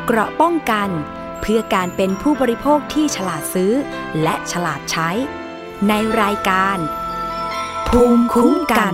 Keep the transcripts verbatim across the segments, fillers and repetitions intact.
เกราะป้องกันเพื่อการเป็นผู้บริโภคที่ฉลาดซื้อและฉลาดใช้ในรายการภูมิคุ้มกัน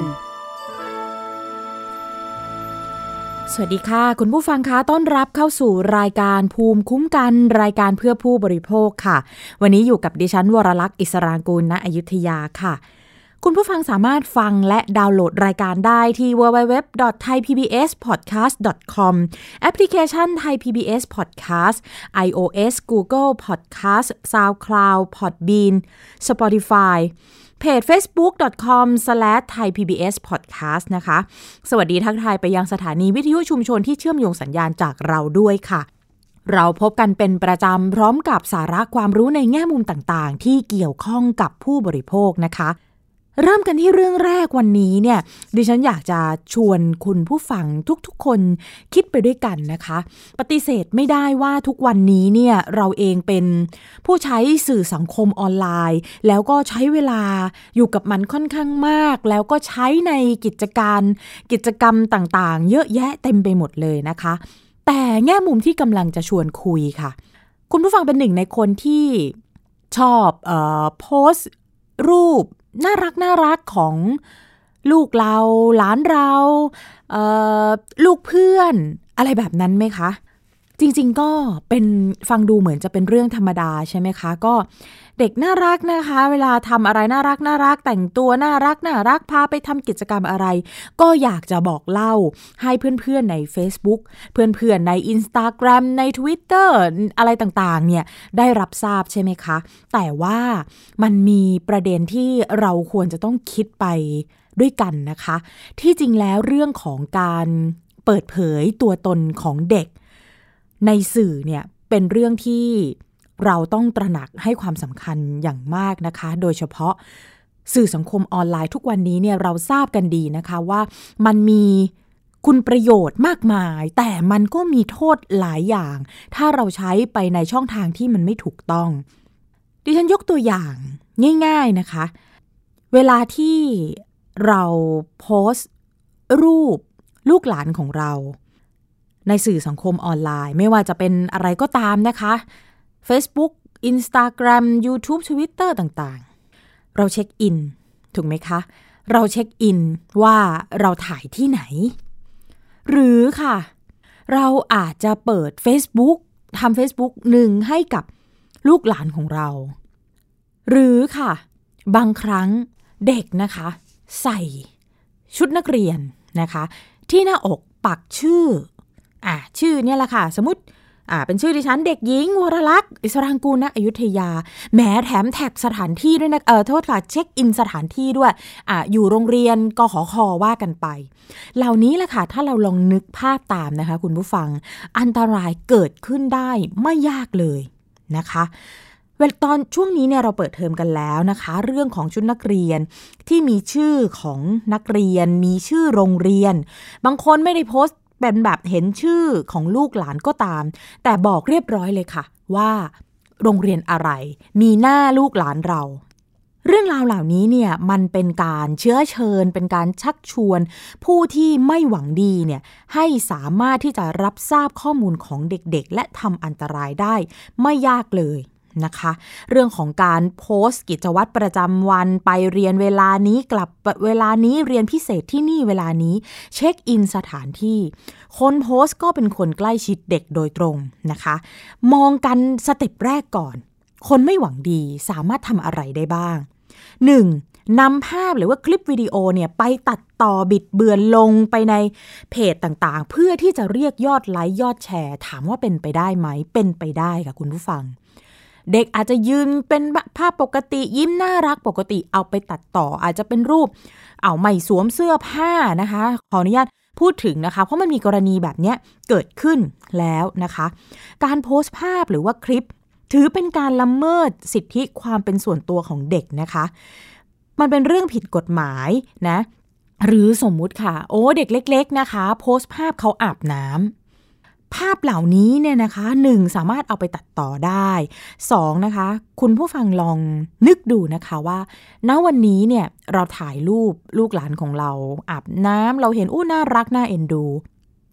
สวัสดีค่ะคุณผู้ฟังคะต้อนรับเข้าสู่รายการภูมิคุ้มกันรายการเพื่อผู้บริโภคค่ะวันนี้อยู่กับดิฉันวรลักษณ์อิสรางกูลณอยุธยาค่ะคุณผู้ฟังสามารถฟังและดาวน์โหลดรายการได้ที่ ดับเบิลยู ดับเบิลยู ดับเบิลยู ดอท ไทย พี บี เอส พอดแคสต์ ดอท คอม แอปพลิเคชัน Thai พี บี เอส Podcast iOS Google Podcast SoundCloud Podbean Spotifyเพจ เฟซบุ๊ก ดอท คอม สแลช ไทย พี บี เอส พอดแคสต์ นะคะสวัสดีทักทายไปยังสถานีวิทยุชุมชนที่เชื่อมโยงสัญญาณจากเราด้วยค่ะเราพบกันเป็นประจำพร้อมกับสาระความรู้ในแง่มุมต่างๆที่เกี่ยวข้องกับผู้บริโภคนะคะเริ่มกันที่เรื่องแรกวันนี้เนี่ยดิฉันอยากจะชวนคุณผู้ฟังทุกๆคนคิดไปด้วยกันนะคะปฏิเสธไม่ได้ว่าทุกวันนี้เนี่ยเราเองเป็นผู้ใช้สื่อสังคมออนไลน์แล้วก็ใช้เวลาอยู่กับมันค่อนข้างมากแล้วก็ใช้ในกิจการกิจกรรมต่างๆเยอะแยะเต็มไปหมดเลยนะคะแต่แง่มุมที่กำลังจะชวนคุยค่ะคุณผู้ฟังเป็นหนึ่งในคนที่ชอบเอ่อโพสต์รูปน่ารักน่ารักของลูกเราหลานเราเอ่อลูกเพื่อนอะไรแบบนั้นไหมคะจริงๆก็เป็นฟังดูเหมือนจะเป็นเรื่องธรรมดาใช่ไหมคะก็เด็กน่ารักนะคะเวลาทำอะไรน่ารักน่ารักแต่งตัวน่ารักน่ารักพาไปทำกิจกรรมอะไรก็อยากจะบอกเล่าให้เพื่อนๆใน Facebook เพื่อนๆใน Instagram ใน Twitter อะไรต่างๆเนี่ยได้รับทราบใช่ไหมคะแต่ว่ามันมีประเด็นที่เราควรจะต้องคิดไปด้วยกันนะคะที่จริงแล้วเรื่องของการเปิดเผยตัวตนของเด็กในสื่อเนี่ยเป็นเรื่องที่เราต้องตระหนักให้ความสำคัญอย่างมากนะคะโดยเฉพาะสื่อสังคมออนไลน์ทุกวันนี้เนี่ยเราทราบกันดีนะคะว่ามันมีคุณประโยชน์มากมายแต่มันก็มีโทษหลายอย่างถ้าเราใช้ไปในช่องทางที่มันไม่ถูกต้องดิฉันยกตัวอย่างง่ายๆนะคะเวลาที่เราโพสต์รูปลูกหลานของเราในสื่อสังคมออนไลน์ไม่ว่าจะเป็นอะไรก็ตามนะคะ Facebook Instagram YouTube Twitter ต่างๆเราเช็คอินถูกไหมคะเราเช็คอินว่าเราถ่ายที่ไหนหรือค่ะเราอาจจะเปิด Facebook ทำ Facebook หนึ่งให้กับลูกหลานของเราหรือค่ะบางครั้งเด็กนะคะใส่ชุดนักเรียนนะคะที่หน้าอกปักชื่ออ่ะชื่อเนี่ยแหละค่ะสมมุติอ่าเป็นชื่อดิฉันเด็กหญิงวรลักษณ์อิสรางกูลณอยุธยาแหมแถมแท็กสถานที่ด้วยนะเออโทษค่ะเช็คอินสถานที่ด้วยอ่าอยู่โรงเรียนกขคว่ากันไปเหล่านี้แหละค่ะถ้าเราลองนึกภาพตามนะคะคุณผู้ฟังอันตรายเกิดขึ้นได้ไม่ยากเลยนะคะเวลาตอนช่วงนี้เนี่ยเราเปิดเทอมกันแล้วนะคะเรื่องของชุดนักเรียนที่มีชื่อของนักเรียนมีชื่อโรงเรียนบางคนไม่ได้โพสต์เป็นแบบเห็นชื่อของลูกหลานก็ตามแต่บอกเรียบร้อยเลยค่ะว่าโรงเรียนอะไรมีหน้าลูกหลานเราเรื่องราวเหล่านี้เนี่ยมันเป็นการเชื้อเชิญเป็นการชักชวนผู้ที่ไม่หวังดีเนี่ยให้สามารถที่จะรับทราบข้อมูลของเด็กๆและทำอันตรายได้ไม่ยากเลยนะคะเรื่องของการโพสต์กิจวัตรประจำวันไปเรียนเวลานี้กลับเวลานี้เรียนพิเศษที่นี่เวลานี้เช็คอินสถานที่คนโพสต์ก็เป็นคนใกล้ชิดเด็กโดยตรงนะคะมองกันสเต็ปแรกก่อนคนไม่หวังดีสามารถทำอะไรได้บ้างหนึ่งนำภาพหรือว่าคลิปวิดีโอเนี่ยไปตัดต่อบิดเบือนลงไปในเพจต่างๆเพื่อที่จะเรียกยอดไลค์ยอดแชร์ถามว่าเป็นไปได้ไหมเป็นไปได้ค่ะคุณผู้ฟังเด็กอาจจะยืนเป็นภาพปกติยิ้มน่ารักปกติเอาไปตัดต่ออาจจะเป็นรูปเอาไม่สวมเสื้อผ้านะคะขออนุญาตพูดถึงนะคะเพราะมันมีกรณีแบบนี้เกิดขึ้นแล้วนะคะการโพสต์ภาพหรือว่าคลิปถือเป็นการละเมิดสิทธิความเป็นส่วนตัวของเด็กนะคะมันเป็นเรื่องผิดกฎหมายนะหรือสมมุติค่ะโอ้เด็กเล็กๆนะคะโพสต์ภาพเขาอาบน้ำภาพเหล่านี้เนี่ยนะคะหนึ่งสามารถเอาไปตัดต่อได้สองนะคะคุณผู้ฟังลองนึกดูนะคะว่าณวันนี้เนี่ยเราถ่ายรูปลูกหลานของเราอาบน้ำเราเห็นอู้น่ารักน่าเอ็นดู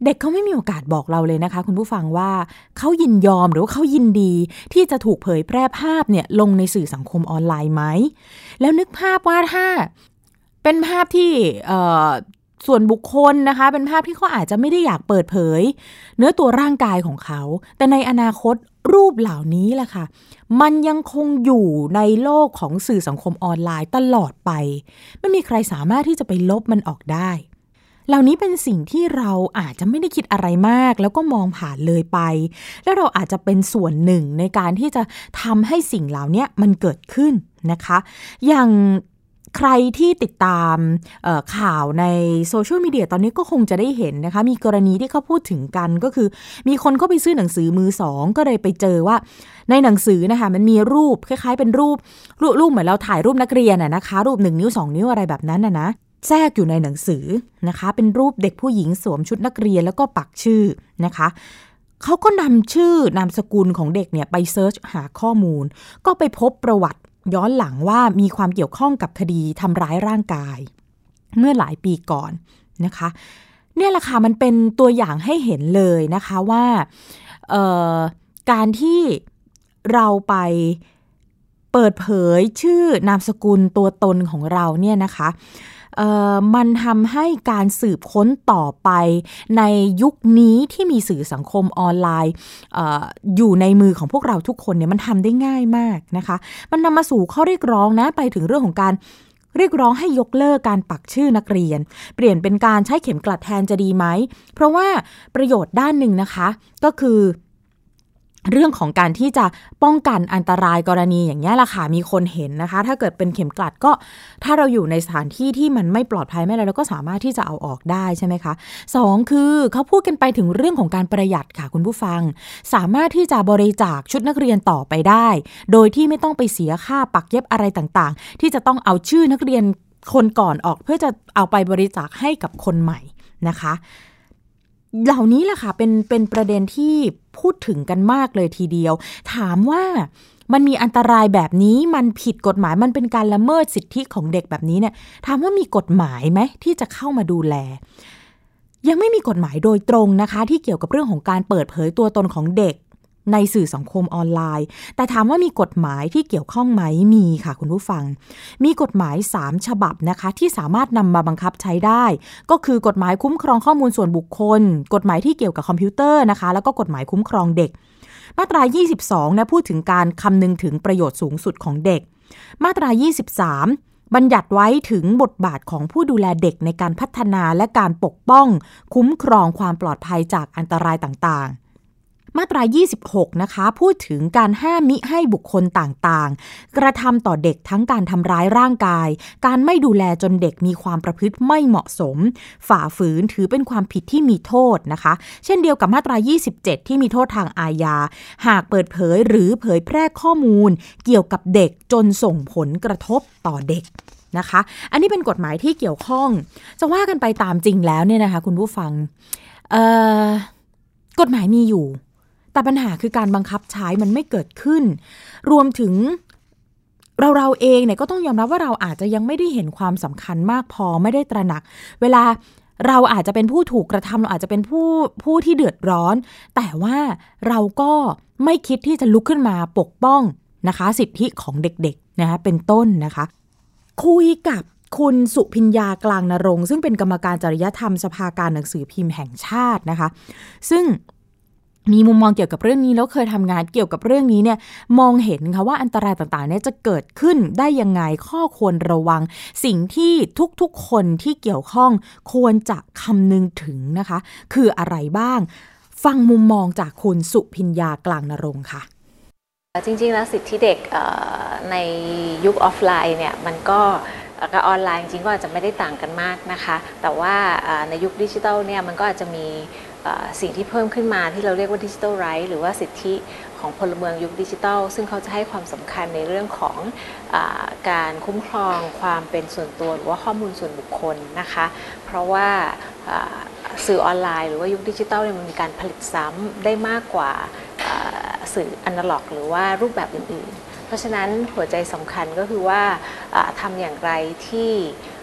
เด็กเขาไม่มีโอกาสบอกเราเลยนะคะคุณผู้ฟังว่าเขายินยอมหรือว่าเขายินดีที่จะถูกเผยแพร่ภาพเนี่ยลงในสื่อสังคมออนไลน์ไหมแล้วนึกภาพว่าถ้าเป็นภาพที่เอ่อส่วนบุคคลนะคะเป็นภาพที่เขาอาจจะไม่ได้อยากเปิดเผยเนื้อตัวร่างกายของเขาแต่ในอนาคตรูปเหล่านี้แหละค่ะมันยังคงอยู่ในโลกของสื่อสังคมออนไลน์ตลอดไปไม่มีใครสามารถที่จะไปลบมันออกได้เหล่านี้เป็นสิ่งที่เราอาจจะไม่ได้คิดอะไรมากแล้วก็มองผ่านเลยไปแล้วเราอาจจะเป็นส่วนหนึ่งในการที่จะทำให้สิ่งเหล่านี้มันเกิดขึ้นนะคะอย่างใครที่ติดตามข่าวในโซเชียลมีเดียตอนนี้ก็คงจะได้เห็นนะคะมีกรณีที่เขาพูดถึงกันก็คือมีคนเข้าไปซื้อหนังสือมือสองก็เลยไปเจอว่าในหนังสือนะคะมันมีรูปคล้ายๆเป็นรูปรูปรูปเหมือนเราถ่ายรูปนักเรียนอะนะคะรูปหนึ่งนิ้วสองนิ้วอะไรแบบนั้นนะนะแทรกอยู่ในหนังสือนะคะเป็นรูปเด็กผู้หญิงสวมชุดนักเรียนแล้วก็ปักชื่อนะคะเขาก็นำชื่อนามสกุลของเด็กเนี่ยไปเซิร์ชหาข้อมูลก็ไปพบประวัติย้อนหลังว่ามีความเกี่ยวข้องกับคดีทำร้ายร่างกายเมื่อหลายปีก่อนนะคะเนี่ยแหละค่ะมันเป็นตัวอย่างให้เห็นเลยนะคะว่าการที่เราไปเปิดเผยชื่อนามสกุลตัวตนของเราเนี่ยนะคะมันทำให้การสืบค้นต่อไปในยุคนี้ที่มีสื่อสังคมออนไลน์ อ, อยู่ในมือของพวกเราทุกคนเนี่ยมันทำได้ง่ายมากนะคะมันนำมาสู่ข้อเรียกร้องนะไปถึงเรื่องของการเรียกร้องให้ยกเลิกการปักชื่อนักเรียนเปลี่ยนเป็นการใช้เข็มกลัดแทนจะดีไหมเพราะว่าประโยชน์ด้านหนึ่งนะคะก็คือเรื่องของการที่จะป้องกันอันตรายกรณีอย่างนี้แหละค่ะมีคนเห็นนะคะถ้าเกิดเป็นเข็มกลัดก็ถ้าเราอยู่ในสถานที่ที่มันไม่ปลอดภัยไม่อะไรเราก็สามารถที่จะเอาออกได้ใช่ไหมคะสองคือเขาพูดกันไปถึงเรื่องของการประหยัดค่ะคุณผู้ฟังสามารถที่จะบริจาคชุดนักเรียนต่อไปได้โดยที่ไม่ต้องไปเสียค่าปักเย็บอะไรต่างๆที่จะต้องเอาชื่อนักเรียนคนก่อนออกเพื่อจะเอาไปบริจาคให้กับคนใหม่นะคะเหล่านี้แหละค่ะเป็นเป็นประเด็นที่พูดถึงกันมากเลยทีเดียวถามว่ามันมีอันตรายแบบนี้มันผิดกฎหมายมันเป็นการละเมิดสิทธิของเด็กแบบนี้เนี่ยถามว่ามีกฎหมายไหมที่จะเข้ามาดูแลยังไม่มีกฎหมายโดยตรงนะคะที่เกี่ยวกับเรื่องของการเปิดเผยตัวตนของเด็กในสื่อสังคมออนไลน์แต่ถามว่ามีกฎหมายที่เกี่ยวข้องไหมมีค่ะคุณผู้ฟังมีกฎหมายสามฉบับนะคะที่สามารถนำมาบังคับใช้ได้ก็คือกฎหมายคุ้มครองข้อมูลส่วนบุคคลกฎหมายที่เกี่ยวกับคอมพิวเตอร์นะคะแล้วก็กฎหมายคุ้มครองเด็กมาตรายี่สิบสองนะพูดถึงการคำนึงถึงประโยชน์สูงสุดของเด็กมาตรายี่สิบสามบัญญัติไว้ถึงบทบาทของผู้ดูแลเด็กในการพัฒนาและการปกป้องคุ้มครองความปลอดภัยจากอันตรายต่างๆมาตรายี่สิบหกนะคะพูดถึงการห้ามมิให้บุคคลต่างๆกระทำต่อเด็กทั้งการทำร้ายร่างกายการไม่ดูแลจนเด็กมีความประพฤติไม่เหมาะสมฝ่าฝืนถือเป็นความผิดที่มีโทษนะคะเช่นเดียวกับมาตรายี่สิบเจ็ดที่มีโทษทางอาญาหากเปิดเผยหรือเผยแพร่ข้อมูลเกี่ยวกับเด็กจนส่งผลกระทบต่อเด็กนะคะอันนี้เป็นกฎหมายที่เกี่ยวข้องจะว่ากันไปตามจริงแล้วเนี่ยนะคะคุณผู้ฟังเอ่อกฎหมายมีอยู่แต่ปัญหาคือการบังคับใช้มันไม่เกิดขึ้นรวมถึงเราเราเองเนี่ยก็ต้องยอมรับว่าเราอาจจะยังไม่ได้เห็นความสำคัญมากพอไม่ได้ตระหนักเวลาเราอาจจะเป็นผู้ถูกกระทำเราอาจจะเป็นผู้ผู้ที่เดือดร้อนแต่ว่าเราก็ไม่คิดที่จะลุกขึ้นมาปกป้องนะคะสิทธิของเด็กๆนะคะเป็นต้นนะคะคุยกับคุณสุพิญญากลางนรงค์ซึ่งเป็นกรรมการจริยธรรมสภาการหนังสือพิมพ์แห่งชาตินะคะซึ่งมีมุมมองเกี่ยวกับเรื่องนี้แล้วเคยทำงานเกี่ยวกับเรื่องนี้เนี่ยมองเห็นค่ะว่าอันตรายต่างๆเนี่ยจะเกิดขึ้นได้ยังไงข้อควรระวังสิ่งที่ทุกๆคนที่เกี่ยวข้องควรจะคำนึงถึงนะคะคืออะไรบ้างฟังมุมมองจากคุณสุพิญญากลางนรงค์ค่ะจริงๆแล้วสิทธิเด็กในยุคออฟไลน์เนี่ยมันก็กับออนไลน์จริงๆก็อาจจะไม่ได้ต่างกันมากนะคะแต่ว่าในยุคดิจิทัลเนี่ยมันก็อาจจะมีสิ่งที่เพิ่มขึ้นมาที่เราเรียกว่าดิจิทัลไรท์หรือว่าสิทธิของพลเมืองยุคดิจิทัลซึ่งเขาจะให้ความสำคัญในเรื่องของอาการคุ้มครองความเป็นส่วนตัวหรือว่าข้อมูลส่วนบุคคลนะคะเพราะว่าสื่อออนไลน์หรือว่ายุคดิจิทัลเนี่ยมันมีการผลิตซ้ำได้มากกว่าสื่ออนาล็อกหรือว่ารูปแบบอื่นๆเพราะฉะนั้นหัวใจสำคัญก็คือว่าทำอย่างไรที่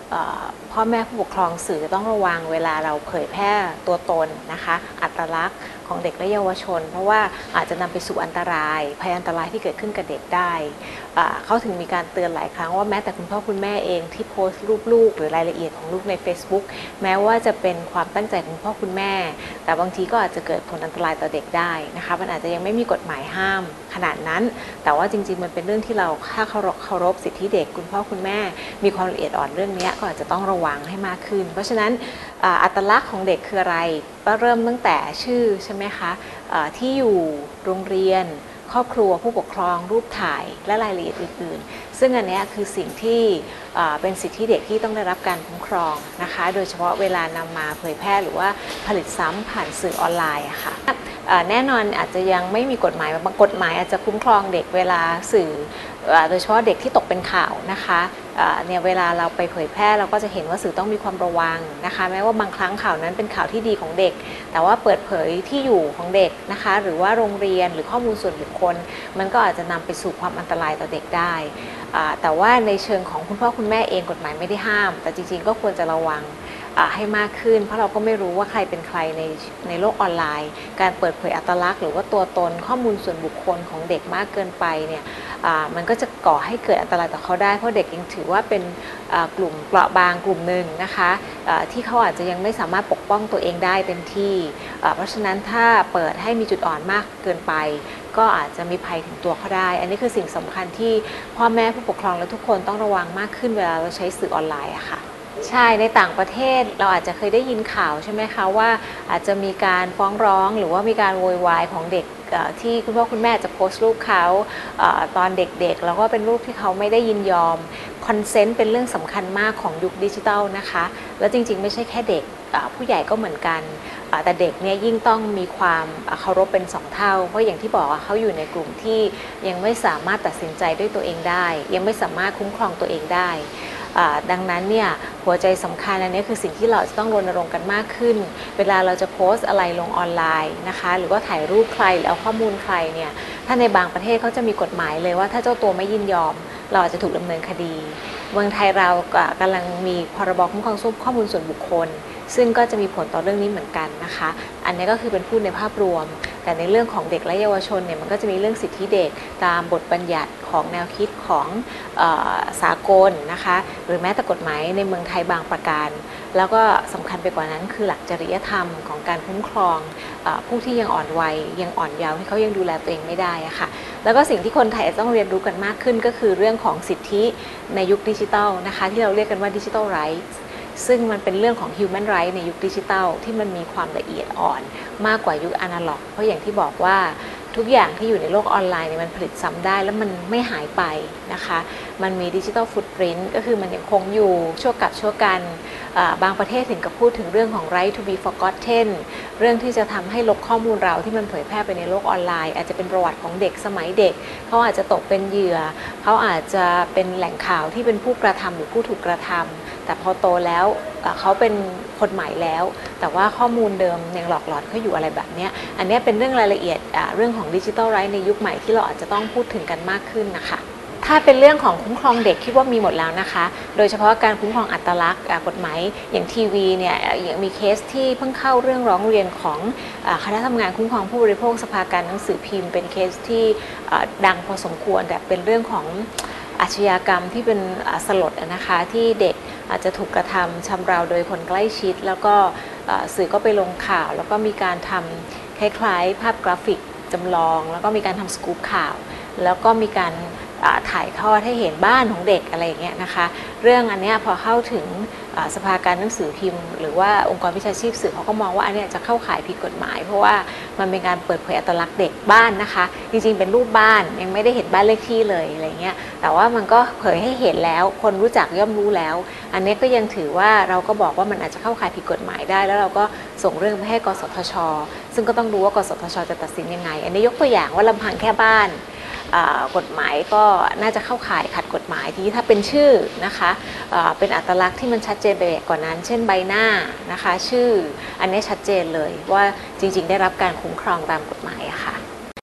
พ่อแม่ผู้ปกครองสื่อต้องระวังเวลาเราเผยแพร่ตัวตนนะคะอัตลักษณ์ของเด็กและเยาวชนเพราะว่าอาจจะนำไปสู่อันตรายภัยอันตรายที่เกิดขึ้นกับเด็กได้เขาถึงมีการเตือนหลายครั้งว่าแม้แต่คุณพ่อคุณแม่เองที่โพสต์รูปลูกหรือรายละเอียดของลูกใน Facebook แม้ว่าจะเป็นความตั้งใจของพ่อคุณแม่แต่บางทีก็อาจจะเกิดผลอันตรายต่อเด็กได้นะคะมันอาจจะยังไม่มีกฎหมายห้ามขนาดนั้นแต่ว่าจริงๆมันเป็นเรื่องที่เราถ้าเคารพสิทธิเด็กคุณพ่อคุณแม่มีความละเอียดอ่อนเรื่องนี้ก็อาจจะต้องระวังให้มากขึ้นเพราะฉะนั้นอัตลักษณ์ของเด็กคืออะไรก็เริ่มตั้งแต่ชื่อใช่ไหมคะที่อยู่โรงเรียนครอบครัวผู้ปกครองรูปถ่ายและรายละเอียดอื่นๆซึ่งอันนี้คือสิ่งที่เป็นสิทธิเด็กที่ต้องได้รับการคุ้มครองนะคะโดยเฉพาะเวลานำมาเผยแพร่หรือว่าผลิตซ้ำผ่านสื่อออนไลน์ค่ะแน่นอนอาจจะยังไม่มีกฎหมายบางกฎหมายอาจจะคุ้มครองเด็กเวลาสื่อโดยเฉพาะเด็กที่ตกเป็นข่าวนะคะเนี่ยเวลาเราไปเผยแพร่เราก็จะเห็นว่าสื่อต้องมีความระวังนะคะแม้ว่าบางครั้งข่าวนั้นเป็นข่าวที่ดีของเด็กแต่ว่าเปิดเผยที่อยู่ของเด็กนะคะหรือว่าโรงเรียนหรือข้อมูลส่วนบุคคลมันก็อาจจะนำไปสู่ความอันตรายต่อเด็กได้แต่ว่าในเชิงของคุณพ่อคุณแม่เองกฎหมายไม่ได้ห้ามแต่จริงๆก็ควรจะระวังให้มากขึ้นเพราะเราก็ไม่รู้ว่าใครเป็นใครในในโลกออนไลน์การเปิดเผยอัตลักษณ์หรือว่าตัวตนข้อมูลส่วนบุคคลของเด็กมากเกินไปเนี่ยมันก็จะก่อให้เกิดอันตรายต่อเขาได้เพราะเด็กยังถือว่าเป็นกลุ่มเปราะบางกลุ่มหนึ่งนะคะที่เขาอาจจะยังไม่สามารถปกป้องตัวเองได้เต็มที่เพราะฉะนั้นถ้าเปิดให้มีจุดอ่อนมากเกินไปก็อาจจะมีภัยถึงตัวเขาได้อันนี้คือสิ่งสำคัญที่พ่อแม่ผู้ปกครองและทุกคนต้องระวังมากขึ้นเวลาเราใช้สื่อออนไลน์อะค่ะใช่ในต่างประเทศเราอาจจะเคยได้ยินข่าวใช่ไหมคะว่าอาจจะมีการฟ้องร้องหรือว่ามีการโวยวายของเด็กที่คุณพ่อคุณแม่จะโพสต์รูปเขาตอนเด็กๆแล้วก็เป็นรูปที่เขาไม่ได้ยินยอมคอนเซนต์เป็นเรื่องสำคัญมากของยุคดิจิทัลนะคะแล้วจริงๆไม่ใช่แค่เด็กผู้ใหญ่ก็เหมือนกันแต่เด็กเนี่ยยิ่งต้องมีความเคารพเป็นสองเท่าเพราะอย่างที่บอกเขาอยู่ในกลุ่มที่ยังไม่สามารถตัดสินใจด้วยตัวเองได้ยังไม่สามารถคุ้มครองตัวเองได้ดังนั้นเนี่ยหัวใจสำคัญอันนี้คือสิ่งที่เราจะต้องรณรงค์กันมากขึ้นเวลาเราจะโพสต์อะไรลงออนไลน์นะคะหรือว่าถ่ายรูปใครหรือเอาข้อมูลใครเนี่ยถ้าในบางประเทศเขาจะมีกฎหมายเลยว่าถ้าเจ้าตัวไม่ยินยอมเราอาจจะถูกดำเนินคดีเมืองไทยเรากำลังมีพรบคุ้มครองข้อมูลส่วนบุคคลซึ่งก็จะมีผลต่อเรื่องนี้เหมือนกันนะคะอันนี้ก็คือเป็นพูดในภาพรวมแต่ในเรื่องของเด็กและเยาวชนเนี่ยมันก็จะมีเรื่องสิทธิเด็กตามบทบัญญัติของแนวคิดของเอ่อสากลนะคะหรือแม้แต่กฎหมายในเมืองไทยบางประการแล้วก็สำคัญไปกว่านั้นคือหลักจริยธรรมของการคุ้มครองผู้ที่ยังอ่อนวัยยังอ่อนเยาว์ที่เขายังดูแลตัวเองไม่ได้อะค่ะแล้วก็สิ่งที่คนไทยต้องเรียนรู้กันมากขึ้นก็คือเรื่องของสิทธิในยุคดิจิทัลนะคะที่เราเรียกกันว่าดิจิทัลไรท์ซึ่งมันเป็นเรื่องของ human right ในยุคดิจิทัลที่มันมีความละเอียดอ่อนมากกว่ายุคอนาล็อกเพราะอย่างที่บอกว่าทุกอย่างที่อยู่ในโลกออนไลน์เนี่ยมันผลิตซ้ำได้แล้วมันไม่หายไปนะคะมันมีดิจิทัลฟุตปรินต์ก็คือมันยังคงอยู่ชั่วกับชั่วกันบางประเทศถึงกับพูดถึงเรื่องของ right to be forgotten เรื่องที่จะทำให้ลบข้อมูลเราที่มันเผยแพร่ไปในโลกออนไลน์อาจจะเป็นประวัติของเด็กสมัยเด็กเขาอาจจะตกเป็นเหยื่อเขาอาจจะเป็นแหล่งข่าวที่เป็นผู้กระทำหรือผู้ถูกกระทำแต่พอโตแล้วเขาเป็นคนใหม่แล้วแต่ว่าข้อมูลเดิมยังหลอกหลอนเขาอยู่อะไรแบบนี้อันนี้เป็นเรื่องรายละเอียดเรื่องของดิจิทัลไรท์ในยุคใหม่ที่เราอาจจะต้องพูดถึงกันมากขึ้นนะคะถ้าเป็นเรื่องของคุ้มครองเด็กคิดว่ามีหมดแล้วนะคะโดยเฉพาะการคุ้มครองอัตลักษณ์กฎหมายอย่างทีวีเนี่ยอย่างมีเคสที่เพิ่งเข้าเรื่องร้องเรียนของคณะทำงานคุ้มครองผู้บริโภคสภาการหนังสือพิมพ์เป็นเคสที่ดังพอสมควรแต่เป็นเรื่องของอาชญากรรมที่เป็นสลดนะคะที่เด็กอาจจะถูกกระทำชำเราโดยคนใกล้ชิดแล้วก็สื่อก็ไปลงข่าวแล้วก็มีการทำคล้ายๆภาพกราฟิกจำลองแล้วก็มีการทำสกู๊ปข่าวแล้วก็มีการถ่ายทอดให้เห็นบ้านของเด็กอะไรอย่างเงี้ยนะคะเรื่องอันนี้พอเข้าถึงสภาการหนังสือพิมพ์หรือว่าองค์กรวิชาชีพสื่อเขาก็มองว่าอันนี้จะเข้าข่ายผิดกฎหมายเพราะว่ามันเป็นการเปิดเผยอัตลักษณ์เด็กบ้านนะคะจริงๆเป็นรูปบ้านยังไม่ได้เห็นบ้านเลขที่เลยอะไรเงี้ยแต่ว่ามันก็เผยให้เห็นแล้วคนรู้จักย่อมรู้แล้วอันนี้ก็ยังถือว่าเราก็บอกว่ามันอาจจะเข้าข่ายผิดกฎหมายได้แล้วเราก็ส่งเรื่องไปให้กสทช.ซึ่งก็ต้องดูว่ากสทช.จะตัดสินยังไงอันนี้ยกตัวอย่างว่าลำพังแค่บ้านกฎหมายก็น่าจะเข้าข่ายขัดกฎหมายที่ถ้าเป็นชื่อนะคะเป็นอัตลักษณ์ที่มันชัดเจนไปกว่านั้นเช่นใบหน้านะคะชื่ออันนี้ชัดเจนเลยว่าจริงๆได้รับการคุ้มครองตามกฎหมายอะค่ะ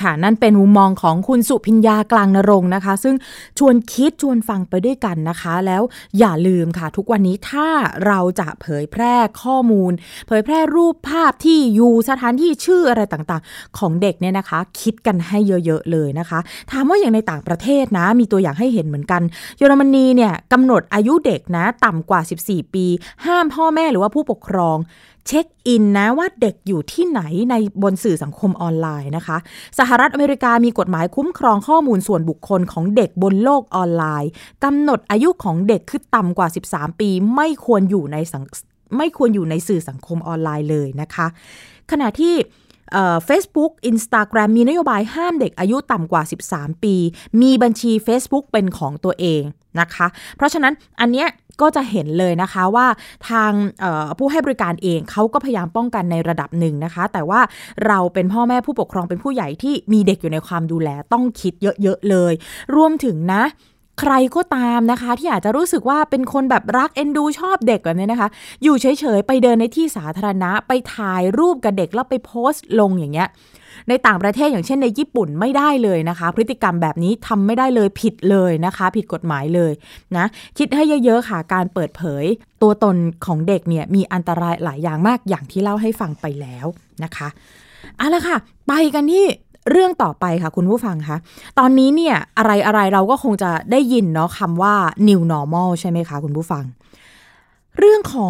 ค่ะนั่นเป็นมุมมองของคุณสุพิญญากลางนรงค์นะคะซึ่งชวนคิดชวนฟังไปด้วยกันนะคะแล้วอย่าลืมค่ะทุกวันนี้ถ้าเราจะเผยแพร่ข้อมูลเผยแพร่รูปภาพที่อยู่สถานที่ชื่ออะไรต่างๆของเด็กเนี่ยนะคะคิดกันให้เยอะๆเลยนะคะถามว่าอย่างในต่างประเทศนะมีตัวอย่างให้เห็นเหมือนกันเยอรมนีเนี่ยกำหนดอายุเด็กนะต่ำกว่าสิบสี่ปีห้ามพ่อแม่หรือว่าผู้ปกครองเช็คอินนะว่าเด็กอยู่ที่ไหนในบนสื่อสังคมออนไลน์นะคะสหรัฐอเมริกามีกฎหมายคุ้มครองข้อมูลส่วนบุคคลของเด็กบนโลกออนไลน์กำหนดอายุของเด็กคือต่ำกว่าสิบสามปีไม่ควรอยู่ในไม่ควรอยู่ในสื่อสังคมออนไลน์เลยนะคะขณะที่เอ่อ Facebook Instagram มีนโยบายห้ามเด็กอายุต่ำกว่าสิบสามปีมีบัญชี Facebook เป็นของตัวเองนะคะเพราะฉะนั้นอันเนี้ยก็จะเห็นเลยนะคะว่าทางผู้ให้บริการเองเขาก็พยายามป้องกันในระดับหนึ่งนะคะแต่ว่าเราเป็นพ่อแม่ผู้ปกครองเป็นผู้ใหญ่ที่มีเด็กอยู่ในความดูแลต้องคิดเยอะๆเลยรวมถึงนะใครก็ตามนะคะที่อาจจะรู้สึกว่าเป็นคนแบบรักเอ็นดูชอบเด็กแบบนี้นะคะอยู่เฉยๆไปเดินในที่สาธารณะไปถ่ายรูปกับเด็กแล้วไปโพสต์ลงอย่างเงี้ยในต่างประเทศอย่างเช่นในญี่ปุ่นไม่ได้เลยนะคะพฤติกรรมแบบนี้ทำไม่ได้เลยผิดเลยนะคะผิดกฎหมายเลยนะคิดให้เยอะๆค่ะการเปิดเผยตัวตนของเด็กเนี่ยมีอันตรายหลายอย่างมากอย่างที่เล่าให้ฟังไปแล้วนะคะเอาละค่ะไปกันที่เรื่องต่อไปค่ะคุณผู้ฟังคะตอนนี้เนี่ยอะไรๆเราก็คงจะได้ยินเนาะคำว่า new normal ใช่ไหมคะคุณผู้ฟังเรื่องของ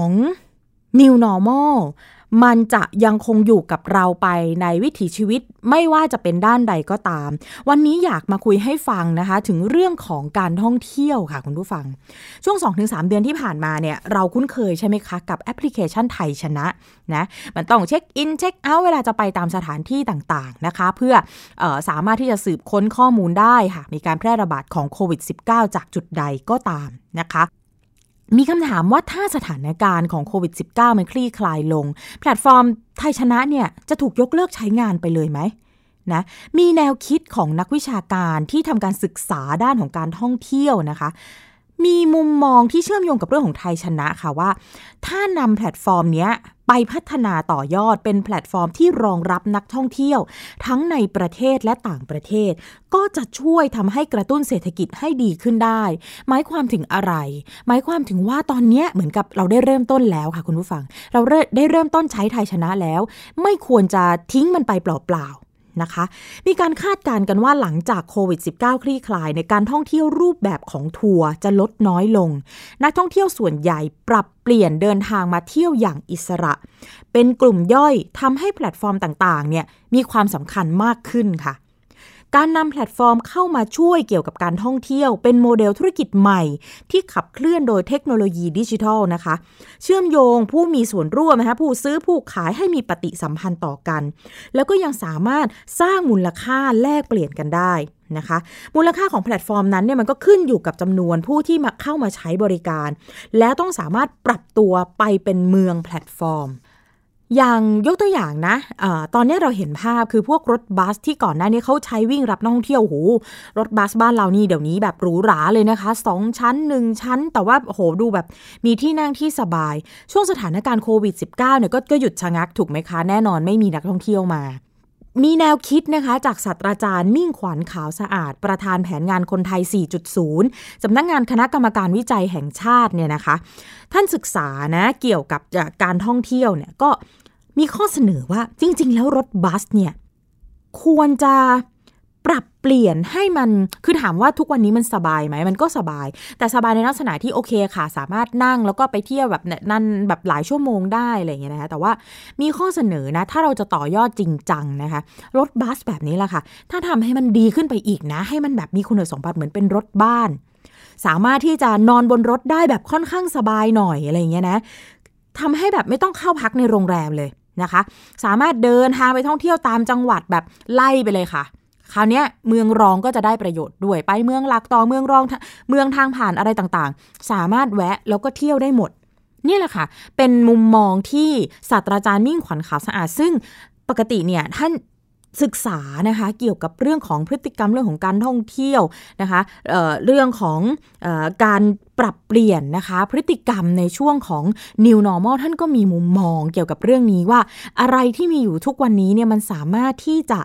new normal มันจะยังคงอยู่กับเราไปในวิถีชีวิตไม่ว่าจะเป็นด้านใดก็ตามวันนี้อยากมาคุยให้ฟังนะคะถึงเรื่องของการท่องเที่ยวค่ะคุณผู้ฟังช่วง สองถึงสาม เดือนที่ผ่านมาเนี่ยเราคุ้นเคยใช่ไหมคะกับแอปพลิเคชันไทยชนะนะมันต้องเช็คอินเช็คเอาท์เวลาจะไปตามสถานที่ต่างๆนะคะเพื่อเอ่อสามารถที่จะสืบค้นข้อมูลได้ค่ะมีการแพร่ระบาดของโควิด สิบเก้า จากจุดใดก็ตามนะคะมีคำถามว่าถ้าสถานการณ์ของโควิด สิบเก้า มันคลี่คลายลงแพลตฟอร์มไทยชนะเนี่ยจะถูกยกเลิกใช้งานไปเลยไหมนะมีแนวคิดของนักวิชาการที่ทำการศึกษาด้านของการท่องเที่ยวนะคะมีมุมมองที่เชื่อมโยงกับเรื่องของไทยชนะค่ะว่าถ้านำแพลตฟอร์มนี้ไปพัฒนาต่อยอดเป็นแพลตฟอร์มที่รองรับนักท่องเที่ยวทั้งในประเทศและต่างประเทศก็จะช่วยทำให้กระตุ้นเศรษฐกิจให้ดีขึ้นได้หมายความถึงอะไรหมายความถึงว่าตอนนี้เหมือนกับเราได้เริ่มต้นแล้วค่ะคุณผู้ฟังเราได้เริ่มต้นใช้ไทยชนะแล้วไม่ควรจะทิ้งมันไปเปล่านะคะมีการคาดการณ์กันว่าหลังจากโควิด สิบเก้า คลี่คลายในการท่องเที่ยวรูปแบบของทัวร์จะลดน้อยลงนักท่องเที่ยวส่วนใหญ่ปรับเปลี่ยนเดินทางมาเที่ยวอย่างอิสระเป็นกลุ่มย่อยทำให้แพลตฟอร์มต่างๆเนี่ยมีความสำคัญมากขึ้นค่ะการนำแพลตฟอร์มเข้ามาช่วยเกี่ยวกับการท่องเที่ยวเป็นโมเดลธุรกิจใหม่ที่ขับเคลื่อนโดยเทคโนโลยีดิจิทัลนะคะเชื่อมโยงผู้มีส่วนร่วมนะคะผู้ซื้อผู้ขายให้มีปฏิสัมพันธ์ต่อกันแล้วก็ยังสามารถสร้างมูลค่าแลกเปลี่ยนกันได้นะคะมูลค่าของแพลตฟอร์มนั้นเนี่ยมันก็ขึ้นอยู่กับจำนวนผู้ที่มาเข้ามาใช้บริการแล้วต้องสามารถปรับตัวไปเป็นเมืองแพลตฟอร์มอย่างยกตัวอย่างนะเอ่อตอนนี้เราเห็นภาพคือพวกรถบัสที่ก่อนหน้านี้เขาใช้วิ่งรับนักท่องเที่ยวโหรถบัสบ้านเรานี่เดี๋ยวนี้แบบหรูหราเลยนะคะสองชั้นหนึ่งชั้นแต่ว่าโหดูแบบมีที่นั่งที่สบายช่วงสถานการณ์โควิด สิบเก้า เนี่ย ก็, ก็หยุดชะงักถูกไหมคะแน่นอนไม่มีนักท่องเที่ยวมามีแนวคิดนะคะจากศาสตราจารย์มิ่งขวัญขาวสะอาดประธานแผนงานคนไทย สี่จุดศูนย์ สำนักงานคณะกรรมการวิจัยแห่งชาติเนี่ยนะคะท่านศึกษานะเกี่ยวกับการท่องเที่ยวเนี่ยก็มีข้อเสนอว่าจริงๆแล้วรถบัสเนี่ยควรจะปรับเปลี่ยนให้มันคือถามว่าทุกวันนี้มันสบายไหมมันก็สบายแต่สบายในลักษณะที่โอเคค่ะสามารถนั่งแล้วก็ไปเที่ยวแบบนั่นแบบหลายชั่วโมงได้อะไรอย่างเงี้ยนะคะแต่ว่ามีข้อเสนอนะถ้าเราจะต่อยอดจริงจังนะคะรถบัสแบบนี้แหละค่ะถ้าทำให้มันดีขึ้นไปอีกนะให้มันแบบมีคุณสมบัติเหมือนเป็นรถบ้านสามารถที่จะนอนบนรถได้แบบค่อนข้างสบายหน่อยอะไรอย่างเงี้ยนะทำให้แบบไม่ต้องเข้าพักในโรงแรมเลยนะคะสามารถเดินทางไปท่องเที่ยวตามจังหวัดแบบไล่ไปเลยค่ะคราวนี้เมืองรองก็จะได้ประโยชน์ด้วยไปเมืองหลักต่อเมืองรองเมืองทางผ่านอะไรต่างๆสามารถแวะแล้วก็เที่ยวได้หมดนี่แหละค่ะเป็นมุมมองที่ศาสตราจารย์มิ่งขวัญขาวสะอาดซึ่งปกติเนี่ยท่านศึกษานะคะเกี่ยวกับเรื่องของพฤติกรรมเรื่องของการท่องเที่ยวนะคะ เอ่อ เรื่องของเอ่อการปรับเปลี่ยนนะคะพฤติกรรมในช่วงของ New Normal ท่านก็มีมุมมองเกี่ยวกับเรื่องนี้ว่าอะไรที่มีอยู่ทุกวันนี้เนี่ยมันสามารถที่จะ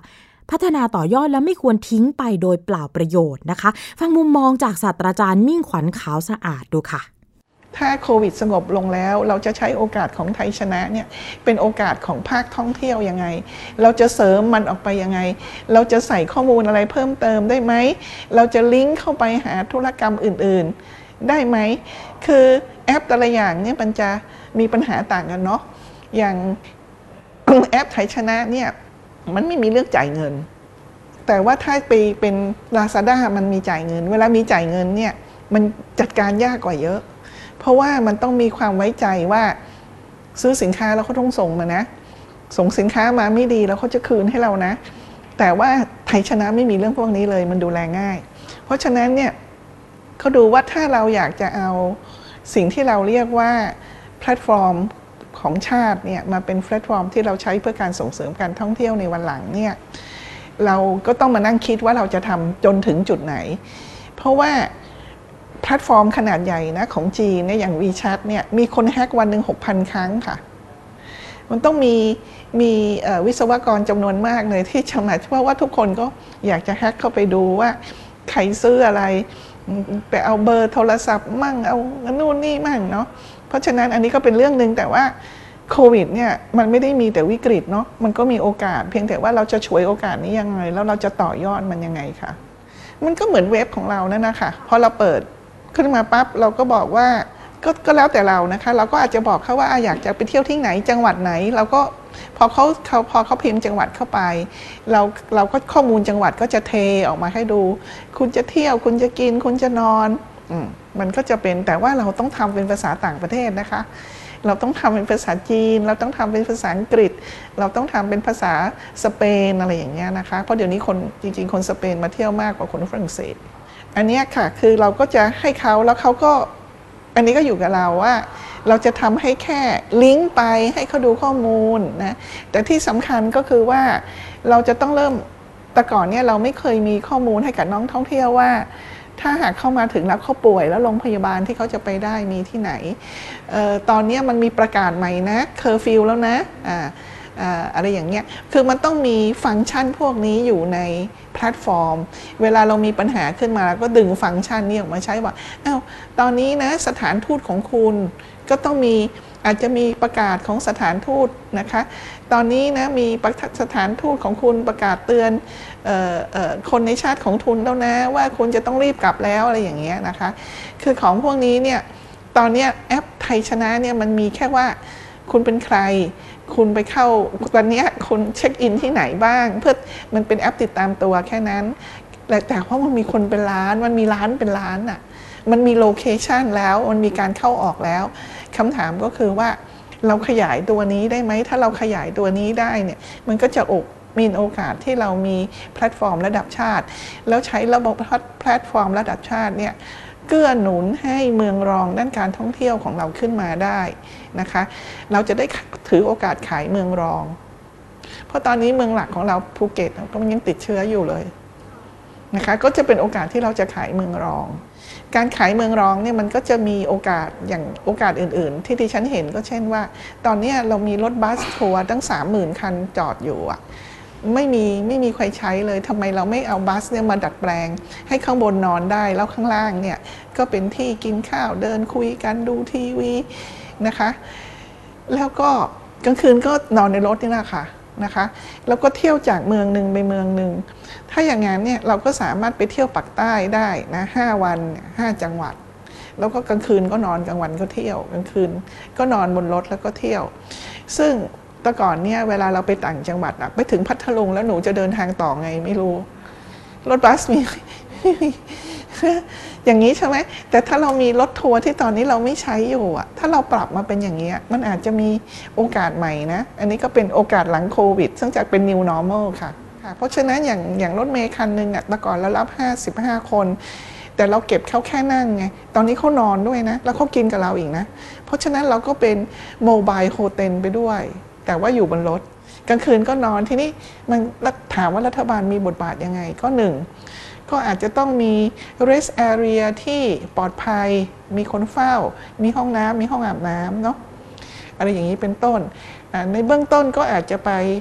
พัฒนาต่อยอดและไม่ควรทิ้งไปโดยเปล่าประโยชน์นะคะฟังมุมมองจากศาสตราจารย์มิ่งขวัญขาวสะอาดดูค่ะถ้าโควิดสงบลงแล้วเราจะใช้โอกาสของไทยชนะเนี่ยเป็นโอกาสของภาคท่องเที่ยวยังไงเราจะเสริมมันออกไปยังไงเราจะใส่ข้อมูลอะไรเพิ่มเติมได้ไหมเราจะลิงก์เข้าไปหาธุรกรรมอื่นๆได้ไหมคือแอปแต่ละอย่างเนี่ยมันจะมีปัญหาต่างกันเนาะอย่างแอปไทยชนะเนี่ยมันไม่มีเรื่องจ่ายเงินแต่ว่าถ้าไปเป็น Lazada มันมีจ่ายเงินเวลามีจ่ายเงินเนี่ยมันจัดการยากกว่าเยอะเพราะว่ามันต้องมีความไว้ใจว่าซื้อสินค้าแล้วเขาต้องส่งมานะส่งสินค้ามาไม่ดีแล้วเขาจะคืนให้เรานะแต่ว่าไทยชนะไม่มีเรื่องพวกนี้เลยมันดูแลง่ายเพราะฉะนั้นเนี่ยเขาดูว่าถ้าเราอยากจะเอาสิ่งที่เราเรียกว่าแพลตฟอร์มของชาติเนี่ยมาเป็นแพลตฟอร์มที่เราใช้เพื่อการส่งเสริมการท่องเที่ยวในวันหลังเนี่ยเราก็ต้องมานั่งคิดว่าเราจะทำจนถึงจุดไหนเพราะว่าแพลตฟอร์มขนาดใหญ่นะของจีนเนี่ยอย่าง WeChat เนี่ยมีคนแฮกวันหนึ่ง หกพัน ครั้งค่ะมันต้องมีมีวิศวกรจำนวนมากเลยที่จะมาเพราะว่าทุกคนก็อยากจะแฮกเข้าไปดูว่าใครซื้ออะไรไปเอาเบอร์โทรศัพท์มั่งเอานู่นนี่มั่งเนาะเพราะฉะนั้นอันนี้ก็เป็นเรื่องนึงแต่ว่าโควิดเนี่ยมันไม่ได้มีแต่วิกฤตเนาะมันก็มีโอกาสเพียงแต่ว่าเราจะฉวยโอกาสนี้ยังไงแล้วเราจะต่อยอดมันยังไงค่ะมันก็เหมือนเว็บของเรานั่นนะคะพอเราเปิดขึ้นมาปั๊บเราก็บอกว่าก็ก็แล้วแต่เรานะคะเราก็อาจจะบอกเขาว่าอยากจะไปเที่ยวที่ไหนจังหวัดไหนเราก็พอเขาเขาพอเขาพิมพ์จังหวัดเข้าไปเราเราก็ข้อมูลจังหวัดก็จะเทออกมาให้ดูคุณจะเที่ยวคุณจะกินคุณจะนอนอืมมันก็จะเป็นแต่ว่าเราต้องทำเป็นภาษาต่างประเทศนะคะเราต้องทำเป็นภาษาจีนเราต้องทำเป็นภาษาอังกฤษเราต้องทำเป็นภาษาสเปนอะไรอย่างเงี้ยนะคะเพราะเดี๋ยวนี้คนจริงๆคนสเปนมาเที่ยวมากกว่าคนฝรั่งเศสอันนี้ค่ะคือเราก็จะให้เขาแล้วเขาก็อันนี้ก็อยู่กับเราว่าเราจะทำให้แค่ลิงก์ไปให้เขาดูข้อมูลนะแต่ที่สำคัญก็คือว่าเราจะต้องเริ่มแต่ก่อนเนี่ยเราไม่เคยมีข้อมูลให้กับน้องท่องเที่ยวว่าถ้าหากเข้ามาถึงแล้วเขาป่วยแล้วโรงพยาบาลที่เขาจะไปได้มีที่ไหนเอ่อตอนนี้มันมีประกาศใหม่นะเคอร์ฟิวแล้วนะอ่าอะไรอย่างเงี้ยคือมันต้องมีฟังก์ชันพวกนี้อยู่ในแพลตฟอร์มเวลาเรามีปัญหาขึ้นมาก็ดึงฟังก์ชันนี้ออกมาใช้ว่าอ้าวตอนนี้นะสถานทูตของคุณก็ต้องมีอาจจะมีประกาศของสถานทูตนะคะตอนนี้นะมีสถานทูตของคุณประกาศเตือนเอ่อเอ่อคนในชาติของทุนแล้วนะว่าคุณจะต้องรีบกลับแล้วอะไรอย่างเงี้ยนะคะคือของพวกนี้เนี่ยตอนนี้แอปไทยชนะเนี่ยมันมีแค่ว่าคุณเป็นใครคุณไปเข้าตอนนี้คุณเช็คอินที่ไหนบ้างเพื่อมันเป็นแอปติดตามตัวแค่นั้นแต่ว่ามันมีคนเป็นล้านมันมีล้านเป็นล้านอ่ะมันมีโลเคชันแล้วมันมีการเข้าออกแล้วคำถามก็คือว่าเราขยายตัวนี้ได้ไหมถ้าเราขยายตัวนี้ได้เนี่ยมันก็จะอกมีโอกาสที่เรามีแพลตฟอร์มระดับชาติแล้วใช้ระบบแพลตฟอร์มระดับชาติเนี่ยเกื้อหนุนให้เมืองรองด้านการท่องเที่ยวของเราขึ้นมาได้นะคะเราจะได้ถือโอกาสขายเมืองรองเพราะตอนนี้เมืองหลักของเราภูเก็ตก็ยังติดเชื้ออยู่เลยนะคะก็จะเป็นโอกาสที่เราจะขายเมืองรองการขายเมืองรองเนี่ยมันก็จะมีโอกาสอย่างโอกาสอื่นๆที่ดิฉันเห็นก็เช่นว่าตอนนี้เรามีรถบัสทัวร์ตั้ง สามหมื่น คันจอดอยู่อ่ะไม่มีไม่มีใครใช้เลยทำไมเราไม่เอาบัสเนี่ยมาดัดแปลงให้ข้างบนนอนได้แล้วข้างล่างเนี่ยก็เป็นที่กินข้าวเดินคุยกันดูทีวีนะคะแล้วก็กลางคืนก็นอนในรถนี่แหละค่ะนะคะแล้วก็เที่ยวจากเมืองหนึ่งไปเมืองหนึ่งถ้าอย่างนั้นเนี่ยเราก็สามารถไปเที่ยวปักใต้ได้นะห้าวันห้าจังหวัดแล้วก็กลางคืนก็นอนกลางวันก็เที่ยวกลางคืนก็นอนบนรถแล้วก็เที่ยวซึ่งแต่ก่อนเนี่ยเวลาเราไปต่างจังหวัดอะไปถึงพัทลุงแล้วหนูจะเดินทางต่อไงไม่รู้รถบัสมีอย่างนี้ใช่ไหมแต่ถ้าเรามีรถทัวร์ที่ตอนนี้เราไม่ใช้อยู่อะถ้าเราปรับมาเป็นอย่างนี้มันอาจจะมีโอกาสใหม่นะอันนี้ก็เป็นโอกาสหลังโควิดซึ่งจะเป็น new normal ค่ะเพราะฉะนั้นอย่างอย่างรถเมล์คันหนึ่งอะแต่ก่อนเรารับห้าสิบห้าคนแต่เราเก็บเขาแค่นั่งไงตอนนี้เขานอนด้วยนะแล้วเขากินกับเราอีกนะเพราะฉะนั้นเราก็เป็นโมบายโฮเทลไปด้วยแต่ว่าอยู่บนรถกลางคืนก็นอนที่นี่มันถามว่ารัฐบาลมีบทบาทยังไงก็หนึ่งก็อาจจะต้องมี rest area ที่ปลอดภัยมีคนเฝ้ามีห้องน้ำมีห้องอาบน้ำเนาะอะไรอย่างนี้เป็นต้นในเบื้องต้นก็อาจจะไป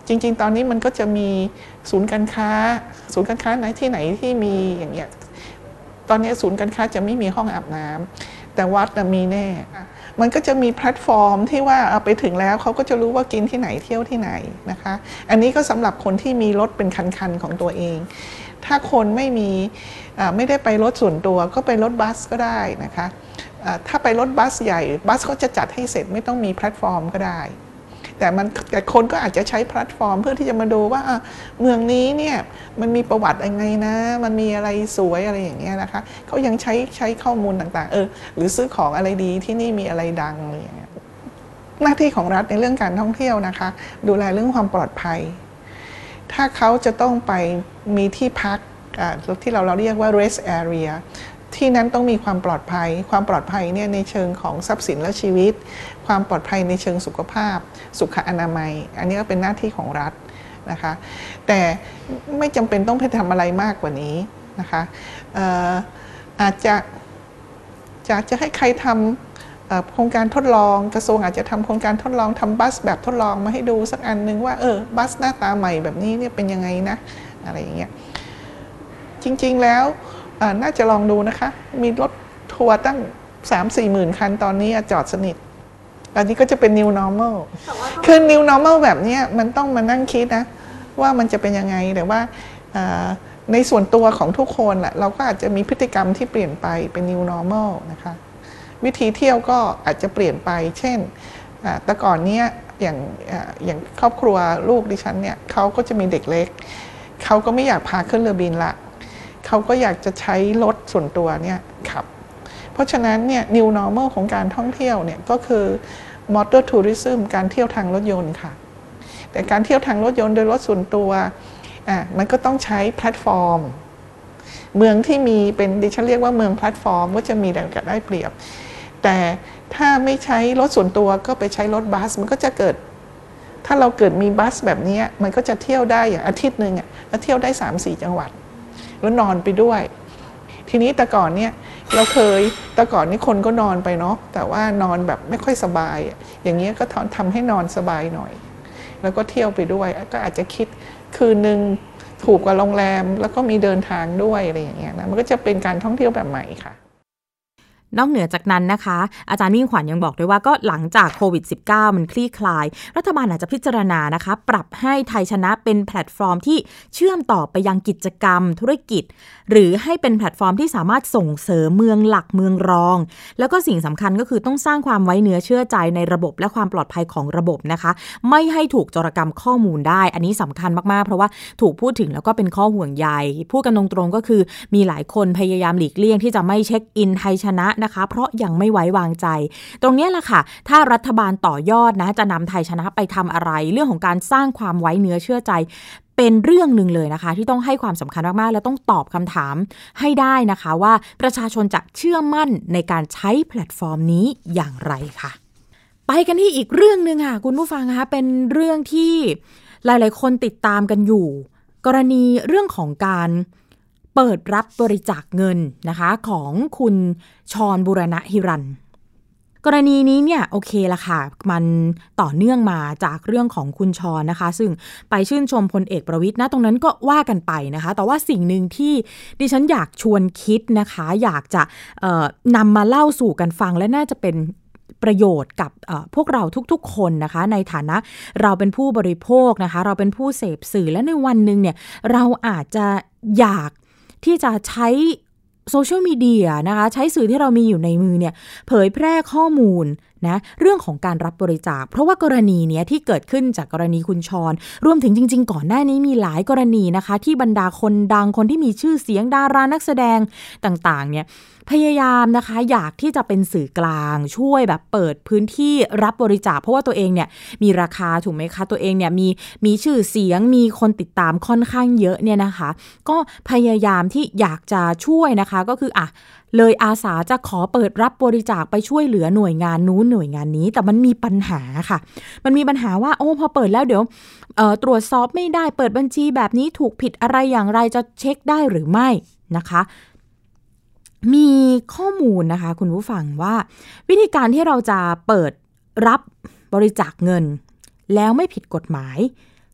จริงๆตอนนี้มันก็จะมีศูนย์การค้าศูนย์การค้าไหนที่ไหนที่มีอย่างเงี้ยตอนนี้ศูนย์การค้าจะไม่มีห้องอาบน้ำแต่วัดมีแน่มันก็จะมีแพลตฟอร์มที่ว่าเอาไปถึงแล้วเขาก็จะรู้ว่ากินที่ไหนเที่ยวที่ไหนนะคะอันนี้ก็สำหรับคนที่มีรถเป็นคันๆของตัวเองถ้าคนไม่มีไม่ได้ไปรถส่วนตัวก็ไปรถบัสก็ได้นะคะถ้าไปรถบัสใหญ่บัสก็จะจัดให้เสร็จไม่ต้องมีแพลตฟอร์มก็ได้แต่มันแต่คนก็อาจจะใช้แพลตฟอร์มเพื่อที่จะมาดูว่าเมืองนี้เนี่ยมันมีประวัติยังไงนะมันมีอะไรสวยอะไรอย่างเงี้ยนะคะเขายังใช้ใช้ข้อมูลต่างๆเออหรือซื้อของอะไรดีที่นี่มีอะไรดังอะไรอย่างเงี้ยหน้าที่ของรัฐในเรื่องการท่องเที่ยวนะคะดูแลเรื่องความปลอดภัยถ้าเขาจะต้องไปมีที่พักที่เราเราเรียกว่า rest area ที่นั้นต้องมีความปลอดภัยความปลอดภัยเนี่ยในเชิงของทรัพย์สินและชีวิตความปลอดภัยในเชิงสุขภาพสุขอนามัยอันนี้ก็เป็นหน้าที่ของรัฐนะคะแต่ไม่จำเป็นต้องไปทำอะไรมากกว่านี้นะคะอาจจะจะจะให้ใครทำโครงการทดลองกระทรวงอาจจะทำโครงการทดลองทำบัสแบบทดลองมาให้ดูสักอันนึงว่าเออบัสหน้าตาใหม่แบบนี้เนี่ยเป็นยังไงนะอะไรอย่างเงี้ยจริงๆแล้วน่าจะลองดูนะคะมีรถทัวร์ตั้ง สามถึงสี่ หมื่นคันตอนนี้จอดสนิทอันนี้ก็จะเป็น new normal คือ new normal แบบนี้มันต้องมานั่งคิดนะว่ามันจะเป็นยังไงแต่ว่าในส่วนตัวของทุกคนแหละเราก็อาจจะมีพฤติกรรมที่เปลี่ยนไปเป็น new normal นะคะวิธีเที่ยวก็อาจจะเปลี่ยนไปเช่นแต่ก่อนเนี้ยอย่างอย่างครอบครัวลูกดิฉันเนี่ยเขาก็จะมีเด็กเล็กเขาก็ไม่อยากพาขึ้นเรือบินละเขาก็อยากจะใช้รถส่วนตัวเนี่ยขับเพราะฉะนั้นเนี่ย new normal ของการท่องเที่ยวเนี่ยก็คือ motor tourism การเที่ยวทางรถยนต์ค่ะแต่การเที่ยวทางรถยนต์โดยรถส่วนตัวอ่ะมันก็ต้องใช้แพลตฟอร์มเมืองที่มีเป็นดิฉันเรียกว่าเมืองแพลตฟอร์มก็จะมีแต่ได้เปรียบแต่ถ้าไม่ใช้รถส่วนตัวก็ไปใช้รถบัสมันก็จะเกิดถ้าเราเกิดมีบัสแบบนี้มันก็จะเที่ยวได้อย่างอาทิตย์นึงอ่ะแล้วเที่ยวได้ สามถึงสี่ จังหวัดแล้วนอนไปด้วยทีนี้แต่ก่อนเนี่ยเราเคยแต่ก่อนนี่คนก็นอนไปเนาะแต่ว่านอนแบบไม่ค่อยสบายอย่างเงี้ยก็ทำให้นอนสบายหน่อยแล้วก็เที่ยวไปด้วยก็อาจจะคิดคืนนึงถูกกว่าโรงแรมแล้วก็มีเดินทางด้วยอะไรอย่างเงี้ยนะมันก็จะเป็นการท่องเที่ยวแบบใหม่ค่ะนอกเหนือจากนั้นนะคะอาจารย์มิ่งขวัญยังบอกด้วยว่าก็หลังจากโควิด สิบเก้า มันคลี่คลายรัฐบาลอาจจะพิจารณานะคะปรับให้ไทยชนะเป็นแพลตฟอร์มที่เชื่อมต่อไปยังกิจกรรมธุรกิจหรือให้เป็นแพลตฟอร์มที่สามารถส่งเสริมเมืองหลักเมืองรองแล้วก็สิ่งสำคัญก็คือต้องสร้างความไว้เนื้อเชื่อใจในระบบและความปลอดภัยของระบบนะคะไม่ให้ถูกโจรกรรมข้อมูลได้อันนี้สำคัญมากๆเพราะว่าถูกพูดถึงแล้วก็เป็นข้อห่วงใยพูดกันตรงๆก็คือมีหลายคนพยายามหลีกเลี่ยงที่จะไม่เช็คอินไทยชนะนะคะเพราะยังไม่ไว้วางใจตรงนี้แหละค่ะถ้ารัฐบาลต่อยอดนะจะนำไทยชนะไปทำอะไรเรื่องของการสร้างความไว้เนื้อเชื่อใจเป็นเรื่องหนึ่งเลยนะคะที่ต้องให้ความสำคัญมากๆและต้องตอบคำถามให้ได้นะคะว่าประชาชนจะเชื่อมั่นในการใช้แพลตฟอร์มนี้อย่างไรค่ะไปกันที่อีกเรื่องนึงค่ะคุณผู้ฟังคะเป็นเรื่องที่หลายๆคนติดตามกันอยู่กรณีเรื่องของการเปิดรับบริจาคเงินนะคะของคุณชรบุรณหิรันกรณีนี้เนี่ยโอเคละค่ะมันต่อเนื่องมาจากเรื่องของคุณชรนะคะซึ่งไปชื่นชมพลเอกประวิตรนะตรงนั้นก็ว่ากันไปนะคะแต่ว่าสิ่งหนึ่งที่ดิฉันอยากชวนคิดนะคะอยากจะเอ่อนำมาเล่าสู่กันฟังและน่าจะเป็นประโยชน์กับพวกเราทุกๆคนนะคะในฐานะเราเป็นผู้บริโภคนะคะเราเป็นผู้เสพสื่อและในวันนึงเนี่ยเราอาจจะอยากที่จะใช้โซเชียลมีเดียนะคะใช้สื่อที่เรามีอยู่ในมือเนี่ยเผยแพร่ข้อมูลนะเรื่องของการรับบริจาคเพราะว่ากรณีเนี้ยที่เกิดขึ้นจากกรณีคุณชรรวมถึงจริงๆก่อนหน้านี้มีหลายกรณีนะคะที่บรรดาคนดังคนที่มีชื่อเสียงดารานักแสดงต่างๆเนี่ยพยายามนะคะอยากที่จะเป็นสื่อกลางช่วยแบบเปิดพื้นที่รับบริจาคเพราะว่าตัวเองเนี่ยมีราคาถูกไหมคะตัวเองเนี่ยมีมีชื่อเสียงมีคนติดตามค่อนข้างเยอะเนี่ยนะคะก็พยายามที่อยากจะช่วยนะคะก็คืออ่ะเลยอาสาจะขอเปิดรับบริจาคไปช่วยเหลือหน่วยงานนู้นหน่วยงานนี้แต่มันมีปัญหาค่ะมันมีปัญหาว่าโอ้พอเปิดแล้วเดี๋ยวเอ่อตรวจสอบไม่ได้เปิดบัญชีแบบนี้ถูกผิดอะไรอย่างไรจะเช็คได้หรือไม่นะคะมีข้อมูลนะคะคุณผู้ฟังว่าวิธีการที่เราจะเปิดรับบริจาคเงินแล้วไม่ผิดกฎหมาย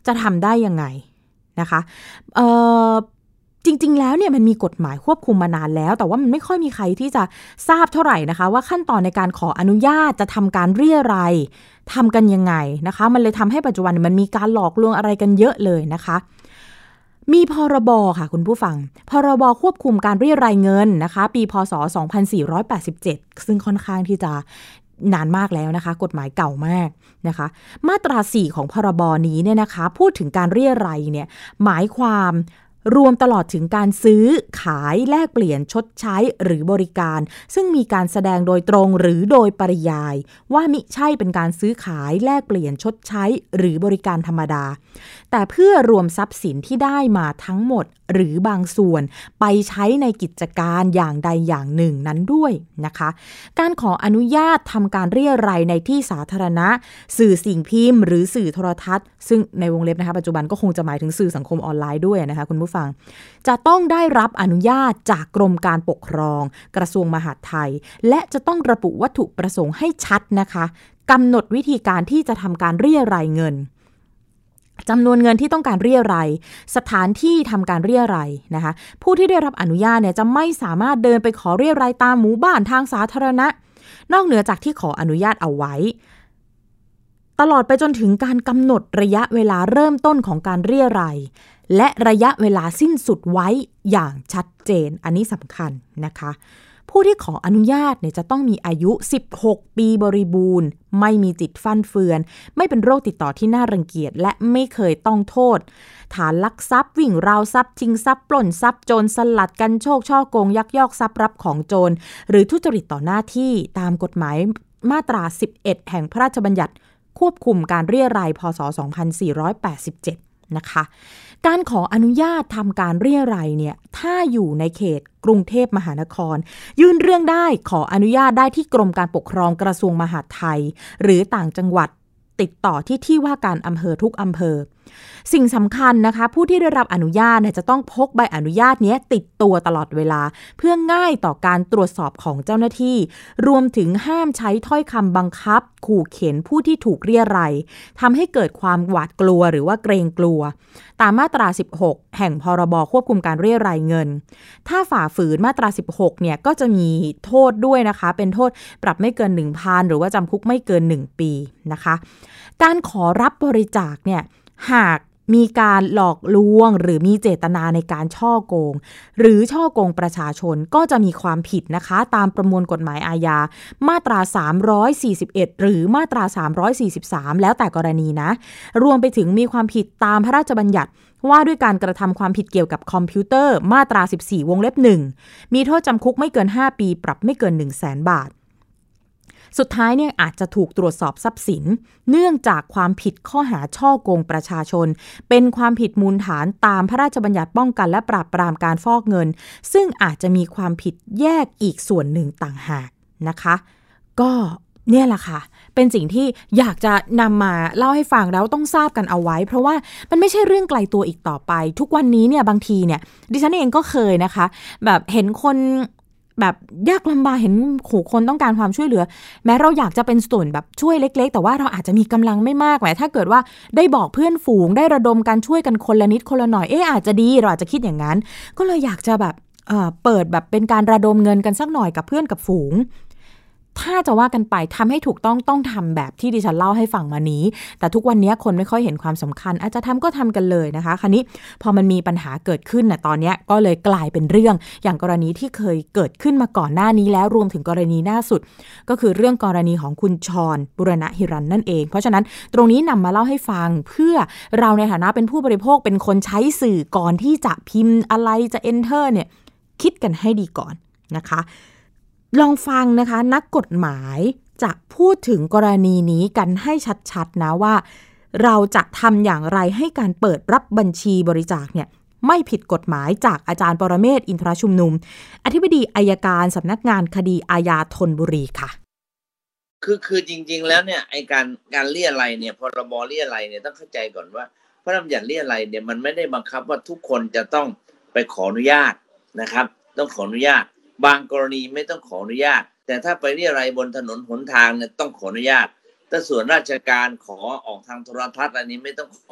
จะทำได้ยังไงนะคะเอ่อจริงๆแล้วเนี่ยมันมีกฎหมายควบคุมมานานแล้วแต่ว่ามันไม่ค่อยมีใครที่จะทราบเท่าไหร่นะคะว่าขั้นตอนในการขออนุญาตจะทำการเรียรัยทำกันยังไงนะคะมันเลยทำให้ปัจจุบันมันมีการหลอกลวงอะไรกันเยอะเลยนะคะมีพรบค่ะคุณผู้ฟังพรบควบคุมการเรียรายเงินนะคะปีพศสองพันสี่ร้อยแปดสิบเจ็ดซึ่งค่อนข้างที่จะนานมากแล้วนะคะกฎหมายเก่ามากนะคะมาตราสี่ของพรบนี้เนี่ยนะคะพูดถึงการเรียรัยเนี่ยหมายความรวมตลอดถึงการซื้อขายแลกเปลี่ยนชดใช้หรือบริการซึ่งมีการแสดงโดยตรงหรือโดยปริยายว่ามิใช่เป็นการซื้อขายแลกเปลี่ยนชดใช้หรือบริการธรรมดาแต่เพื่อรวมทรัพย์สินที่ได้มาทั้งหมดหรือบางส่วนไปใช้ในกิจการอย่างใดอย่างหนึ่งนั้นด้วยนะคะการขออนุญาตทำการเรียรัยในที่สาธารณะสื่อสิ่งพิมพ์หรือสื่อโทรทัศน์ซึ่งในวงเล็บนะคะปัจจุบันก็คงจะหมายถึงสื่อสังคมออนไลน์ด้วยนะคะคุณผู้ฟังจะต้องได้รับอนุญาตจากกรมการปกครองกระทรวงมหาดไทยและจะต้องระบุวัตถุประสงค์ให้ชัดนะคะกำหนดวิธีการที่จะทำการเรียรัยเงินจำนวนเงินที่ต้องการเรียรัยสถานที่ทำการเรียรัยนะคะผู้ที่ได้รับอนุญาตเนี่ยจะไม่สามารถเดินไปขอเรียรัยตามหมู่บ้านทางสาธารณะนอกเหนือจากที่ขออนุญาตเอาไว้ตลอดไปจนถึงการกำหนดระยะเวลาเริ่มต้นของการเรียรัยและระยะเวลาสิ้นสุดไว้อย่างชัดเจนอันนี้สำคัญนะคะผู้ที่ขออนุญาตเนี่ยจะต้องมีอายุสิบหกปีบริบูรณ์ไม่มีจิตฟั่นเฟือนไม่เป็นโรคติดต่อที่น่ารังเกียจและไม่เคยต้องโทษฐานลักทรัพย์วิ่งราวทรัพย์ชิงทรัพย์ปล้นทรัพย์โจรสลัดกันโชคช่อโกงยักยอกทรัพย์รับของโจรหรือทุจริตต่อหน้าที่ตามกฎหมายมาตราสิบเอ็ดแห่งพระราชบัญญัติควบคุมการเรียรัยพ.ศ. สองพันสี่ร้อยแปดสิบเจ็ดนะคะการขออนุญาตทำการเรียรัยเนี่ยถ้าอยู่ในเขตกรุงเทพมหานครยื่นเรื่องได้ขออนุญาตได้ที่กรมการปกครองกระทรวงมหาดไทยหรือต่างจังหวัดติดต่อที่ที่ว่าการอำเภอทุกอำเภอสิ่งสำคัญนะคะผู้ที่ได้รับอนุญาตเนี่ยจะต้องพกใบอนุญาตนี้ติดตัวตลอดเวลาเพื่อง่ายต่อการตรวจสอบของเจ้าหน้าที่รวมถึงห้ามใช้ถ้อยคำบังคับขู่เข็นผู้ที่ถูกเรียรัยทำให้เกิดความหวาดกลัวหรือว่าเกรงกลัวตามมาตราสิบหกแห่งพรบควบคุมการเรียรัยเงินถ้าฝ่าฝืนมาตราสิบหกเนี่ยก็จะมีโทษด้วยนะคะเป็นโทษปรับไม่เกิน หนึ่งพัน หรือว่าจำคุกไม่เกินหนึ่งปีนะคะการขอรับบริจาคเนี่ยหากมีการหลอกลวงหรือมีเจตนาในการฉ้อโกงหรือฉ้อโกงประชาชนก็จะมีความผิดนะคะตามประมวลกฎหมายอาญามาตราสามร้อยสี่สิบเอ็ดหรือมาตราสามร้อยสี่สิบสามแล้วแต่กรณีนะรวมไปถึงมีความผิดตามพระราชบัญญัติว่าด้วยการกระทำความผิดเกี่ยวกับคอมพิวเตอร์มาตราสิบสี่วงเล็บหนึ่งมีโทษจำคุกไม่เกินห้าปีปรับไม่เกิน หนึ่งแสนบาทสุดท้ายเนี่ยอาจจะถูกตรวจสอบทรัพย์สินเนื่องจากความผิดข้อหาฉ้อโกงประชาชนเป็นความผิดมูลฐานตามพระราชบัญญัติป้องกันและปราบปรามการฟอกเงินซึ่งอาจจะมีความผิดแยกอีกส่วนหนึ่งต่างหากนะคะก็เนี่ยแหละค่ะเป็นสิ่งที่อยากจะนำมาเล่าให้ฟังแล้วต้องทราบกันเอาไว้เพราะว่ามันไม่ใช่เรื่องไกลตัวอีกต่อไปทุกวันนี้เนี่ยบางทีเนี่ยดิฉันเองก็เคยนะคะแบบเห็นคนแบบยากลำบากเห็นโหคนต้องการความช่วยเหลือแม้เราอยากจะเป็นส่วนแบบช่วยเล็กๆแต่ว่าเราอาจจะมีกำลังไม่มากแหมถ้าเกิดว่าได้บอกเพื่อนฝูงได้ระดมการช่วยกันคนละนิดคนละหน่อยเอ๊ะอาจจะดีเราอาจจะคิดอย่างนั้นก็เลยอยากจะแบบเอ่อเปิดแบบเป็นการระดมเงินกันสักหน่อยกับเพื่อนกับฝูงถ้าจะว่ากันไปทำให้ถูกต้องต้องทำแบบที่ดิฉันเล่าให้ฟังมานี้แต่ทุกวันนี้คนไม่ค่อยเห็นความสำคัญอาจจะทำก็ทำกันเลยนะคะคราวนี้พอมันมีปัญหาเกิดขึ้นนะตอนนี้ก็เลยกลายเป็นเรื่องอย่างกรณีที่เคยเกิดขึ้นมาก่อนหน้านี้แล้วรวมถึงกรณีล่าสุดก็คือเรื่องกรณีของคุณชรบุรณหิรันนั่นเองเพราะฉะนั้นตรงนี้นำมาเล่าให้ฟังเพื่อเราในฐานะเป็นผู้บริโภคเป็นคนใช้สื่อก่อนที่จะพิมพ์อะไรจะ enter เนี่ยคิดกันให้ดีก่อนนะคะลองฟังนะคะนักกฎหมายจะพูดถึงกรณีนี้กันให้ชัดๆนะว่าเราจะทำอย่างไรให้การเปิดรับบัญชีบริจาคเนี่ยไม่ผิดกฎหมายจากอาจารย์ปรเมศวร์อินทรชุมนุมอธิบดีอัยการสำนักงานคดีอาญาธนบุรีค่ะคือคือจริงๆแล้วเนี่ยไอการการเรียรัยเนี่ยพรบเรียรัยเนี่ยต้องเข้าใจก่อนว่าพระราชบัญญัติเรียรัยเนี่ยมันไม่ได้บังคับว่าทุกคนจะต้องไปขออนุญาตนะครับต้องขออนุญาตบางกรณีไม่ต้องขออนุญาตแต่ถ้าไปเรียรัยบนถนนหนทางเนี่ยต้องขออนุญาตแต่ส่วนราชการขอออกทางโทรทัศน์อันนี้ไม่ต้องขอ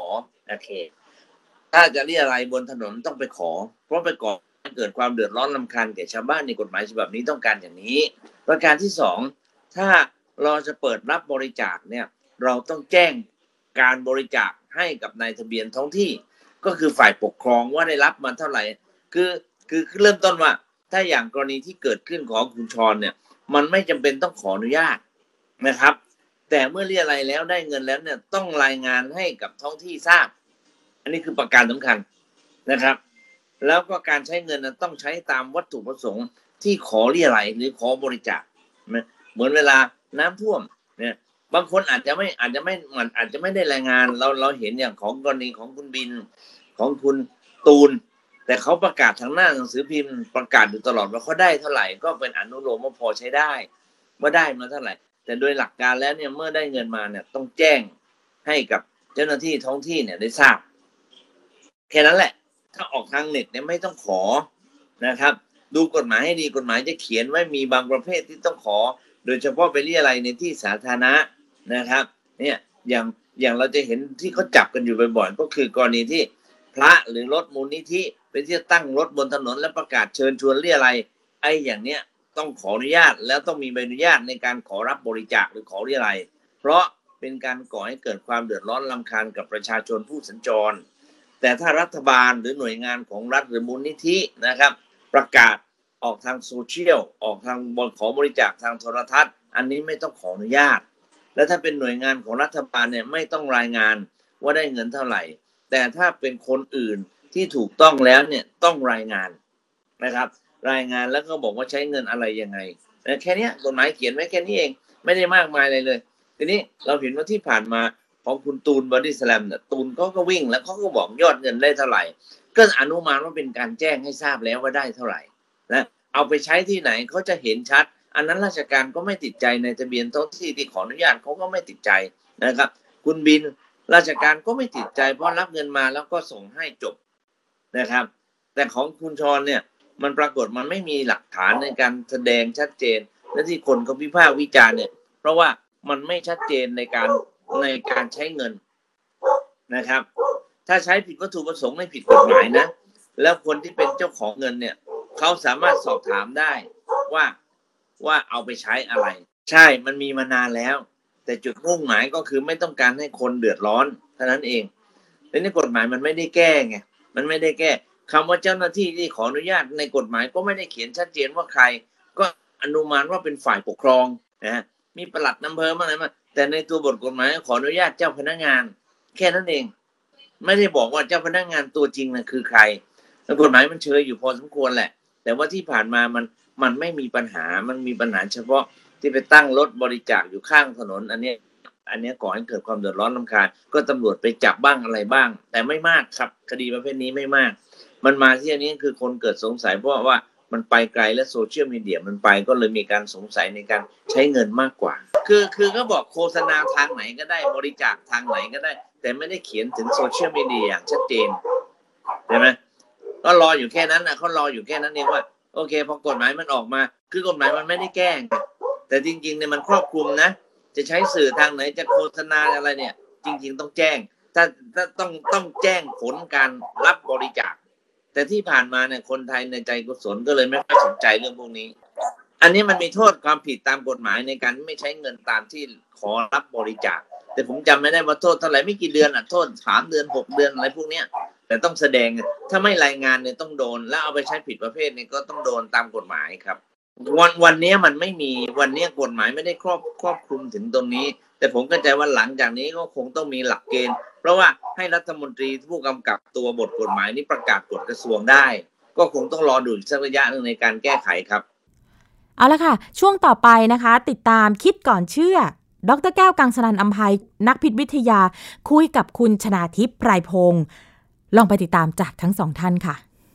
โอเคถ้าจะเรียอะไรบนถนนต้องไปขอเพราะไปก่อเกิดความเดือดร้อนรำคาญแก่ชาวบ้านในกฎหมายฉบับนี้ต้องการอย่างนี้ประการที่สองถ้าเราจะเปิดรับบริจาคเนี่ยเราต้องแจ้งการบริจาคให้กับนายทะเบียนท้องที่ก็คือฝ่ายปกครองว่าได้รับมาเท่าไหร่คือคือเริ่มต้นว่าถ้าอย่างกรณีที่เกิดขึ้นของคุณชรเนี่ยมันไม่จำเป็นต้องขออนุญาตนะครับแต่เมื่อเรียอะไรแล้วได้เงินแล้วเนี่ยต้องรายงานให้กับท้องที่ทราบอันนี้คือประการสำคัญนะครับแล้วก็การใช้เงินนะต้องใช้ตามวัตถุประสงค์ที่ขอเรียอะไรหรือขอบริจาคเหมือนเวลาน้ำท่วมเนี่ยบางคนอาจจะไม่อาจจะไม่มันอาจจะไม่ได้รายงานเราเราเห็นอย่างของกรณีของคุณบินของคุณตูนแต่เขาประกาศทางหน้าหนังสือพิมพ์ประกาศอยู่ตลอดว่าเขาได้เท่าไหร่ก็เป็นอนุโลมว่าพอใช้ได้ว่าได้มาเท่าไหร่แต่โดยหลักการแล้วเนี่ยเมื่อได้เงินมาเนี่ยต้องแจ้งให้กับเจ้าหน้าที่ท้องที่เนี่ยได้ทราบแค่นั้นแหละถ้าออกทางเน็ตเนี่ยไม่ต้องขอนะครับดูกฎหมายให้ดีกฎหมายจะเขียนไว้มีบางประเภทที่ต้องขอโดยเฉพาะไปเรียอะไรในที่สาธารณะนะครับเนี่ยอย่างอย่างเราจะเห็นที่เขาจับกันอยู่บ่อยๆก็คือกรณีที่พระหรือรถมูลนิธิไปที่ตั้งรถบนถนนและประกาศเชิญชวนเรียอะไรไอ้อย่างเนี้ยต้องขออนุญาตแล้วต้องมีใบอนุญาตในการขอรับบริจาคหรือขอเรียอะไรเพราะเป็นการก่อให้เกิดความเดือดร้อนรำคาญกับประชาชนผู้สัญจรแต่ถ้ารัฐบาลหรือหน่วยงานของรัฐหรือมูลนิธินะครับประกาศออกทางโซเชียลออกทางขอบริจาคทางโทรทัศน์อันนี้ไม่ต้องขออนุญาตและถ้าเป็นหน่วยงานของรัฐบาลเนี่ยไม่ต้องรายงานว่าได้เงินเท่าไหร่แต่ถ้าเป็นคนอื่นที่ถูกต้องแล้วเนี่ยต้องรายงานนะครับรายงานแล้วก็บอกว่าใช้เงินอะไรยังไงแค่นี้กฎหมายเขียนไว้แค่นี้เองไม่ได้มากมายอะไรเลยทีนี้เราเห็นว่าที่ผ่านมาของคุณตูนบอดี้สแลมเนี่ยตูนเขาก็วิ่งแล้วเขาก็บอกยอดเงินได้เท่าไหร่ก็อนุมานว่าเป็นการแจ้งให้ทราบแล้วว่าได้เท่าไหร่นะเอาไปใช้ที่ไหนเขาจะเห็นชัดอันนั้นราชการก็ไม่ติดใจในทะเบียนท้องที่ที่ขออนุญาตเขาก็ไม่ติดใจนะครับคุณบินราชการก็ไม่ติดใจเพราะรับเงินมาแล้วก็ส่งให้จบนะครับแต่ของคุณชรเนี่ยมันปรากฏมันไม่มีหลักฐานในการแสดงชัดเจนและที่คนเขาวิพากษ์วิจารณ์เนี่ยเพราะว่ามันไม่ชัดเจนในการในการใช้เงินนะครับถ้าใช้ผิดวัตถุประสงค์ไม่ผิดกฎหมายนะแล้วคนที่เป็นเจ้าของเงินเนี่ยเขาสามารถสอบถามได้ว่าว่าเอาไปใช้อะไรใช่มันมีมานานแล้วแต่จุดมุ่งหมายก็คือไม่ต้องการให้คนเดือดร้อนเท่านั้นเองและในกฎหมายมันไม่ได้แก้ไงมันไม่ได้แก้คำว่าเจ้าหน้าที่ที่ขออนุญาตในกฎหมายก็ไม่ได้เขียนชัดเจนว่าใครก็อนุมานว่าเป็นฝ่ายปกครองนะมีปลัดอำเภอมาอะไรมาแต่ในตัวบทกฎหมายขออนุญาตเจ้าพนักงานแค่นั้นเองไม่ได้บอกว่าเจ้าพนักงานตัวจริงนะคือใครแล้วกฎหมายมันเชยอยู่พอสมควรแหละแต่ว่าที่ผ่านมามันมันไม่มีปัญหามันมีปัญหาเฉพาะที่ไปตั้งรถบริจาคอยู่ข้างถนนอันนี้อันนี้ก่อให้เกิดความเดือดร้อนรำคาญก็ตำรวจไปจับบ้างอะไรบ้างแต่ไม่มากครับคดีประเภทนี้ไม่มากมันมาที่อันนี้คือคนเกิดสงสัยเพราะว่ามันไปไกลและโซเชียลมีเดียมันไปก็เลยมีการสงสัยในการใช้เงินมากกว่าคือคือก็บอกโฆษณาทางไหนก็ได้บริจาคทางไหนก็ได้แต่ไม่ได้เขียนถึงโซเชียลมีเดียอย่างชัดเจนใช่ไหมก็รออยู่แค่นั้นนะเขารออยู่แค่นั้นเองว่าโอเคพอกฎหมายมันออกมาคือกฎหมายมันไม่ได้แก้แต่จริงๆเนี่ยมันครอบคลุมนะจะใช้สื่อทางไหนจะโฆษณาอะไรเนี่ยจริงๆต้องแจ้งถ้าถ้าต้องต้องแจ้งผลการรับบริจาคแต่ที่ผ่านมาเนี่ยคนไทยในใจกุศลก็เลยไม่ค่อยสนใจเรื่องพวกนี้อันนี้มันมีโทษความผิดตามกฎหมายในการไม่ใช้เงินตามที่ขอรับบริจาคแต่ผมจำไม่ได้ว่าโทษเท่าไหร่ไม่กี่เดือนอ่ะโทษสามเดือนหกเดือนอะไรพวกเนี้ยแต่ต้องแสดงถ้าไม่รายงานเนี่ยต้องโดนแล้วเอาไปใช้ผิดประเภทเนี่ยก็ต้องโดนตามกฎหมายครับวันวันนี้มันไม่มีวันนี้กฎหมายไม่ได้ครอบครอบคลุมถึงตรงนี้แต่ผมเข้าใจว่าหลังจากนี้ก็คงต้องมีหลักเกณฑ์เพราะว่าให้รัฐมนตรีผู้กำกับตัวบทกฎหมายนี้ประกาศกฎกระทรวงได้ก็คงต้องรอดูสักระยะนึงในการแก้ไขครับเอาละค่ะช่วงต่อไปนะคะติดตามคิดก่อนเชื่อดร.แก้วกังสนันท์อำไพนักพิษวิทยาคุยกับคุณชนาทิพย์ไพรพงศ์ลองไปติดตามจากทั้งสองท่านค่ะ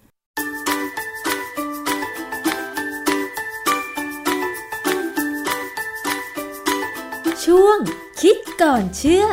ช่วงคิดก่อนเชื่อ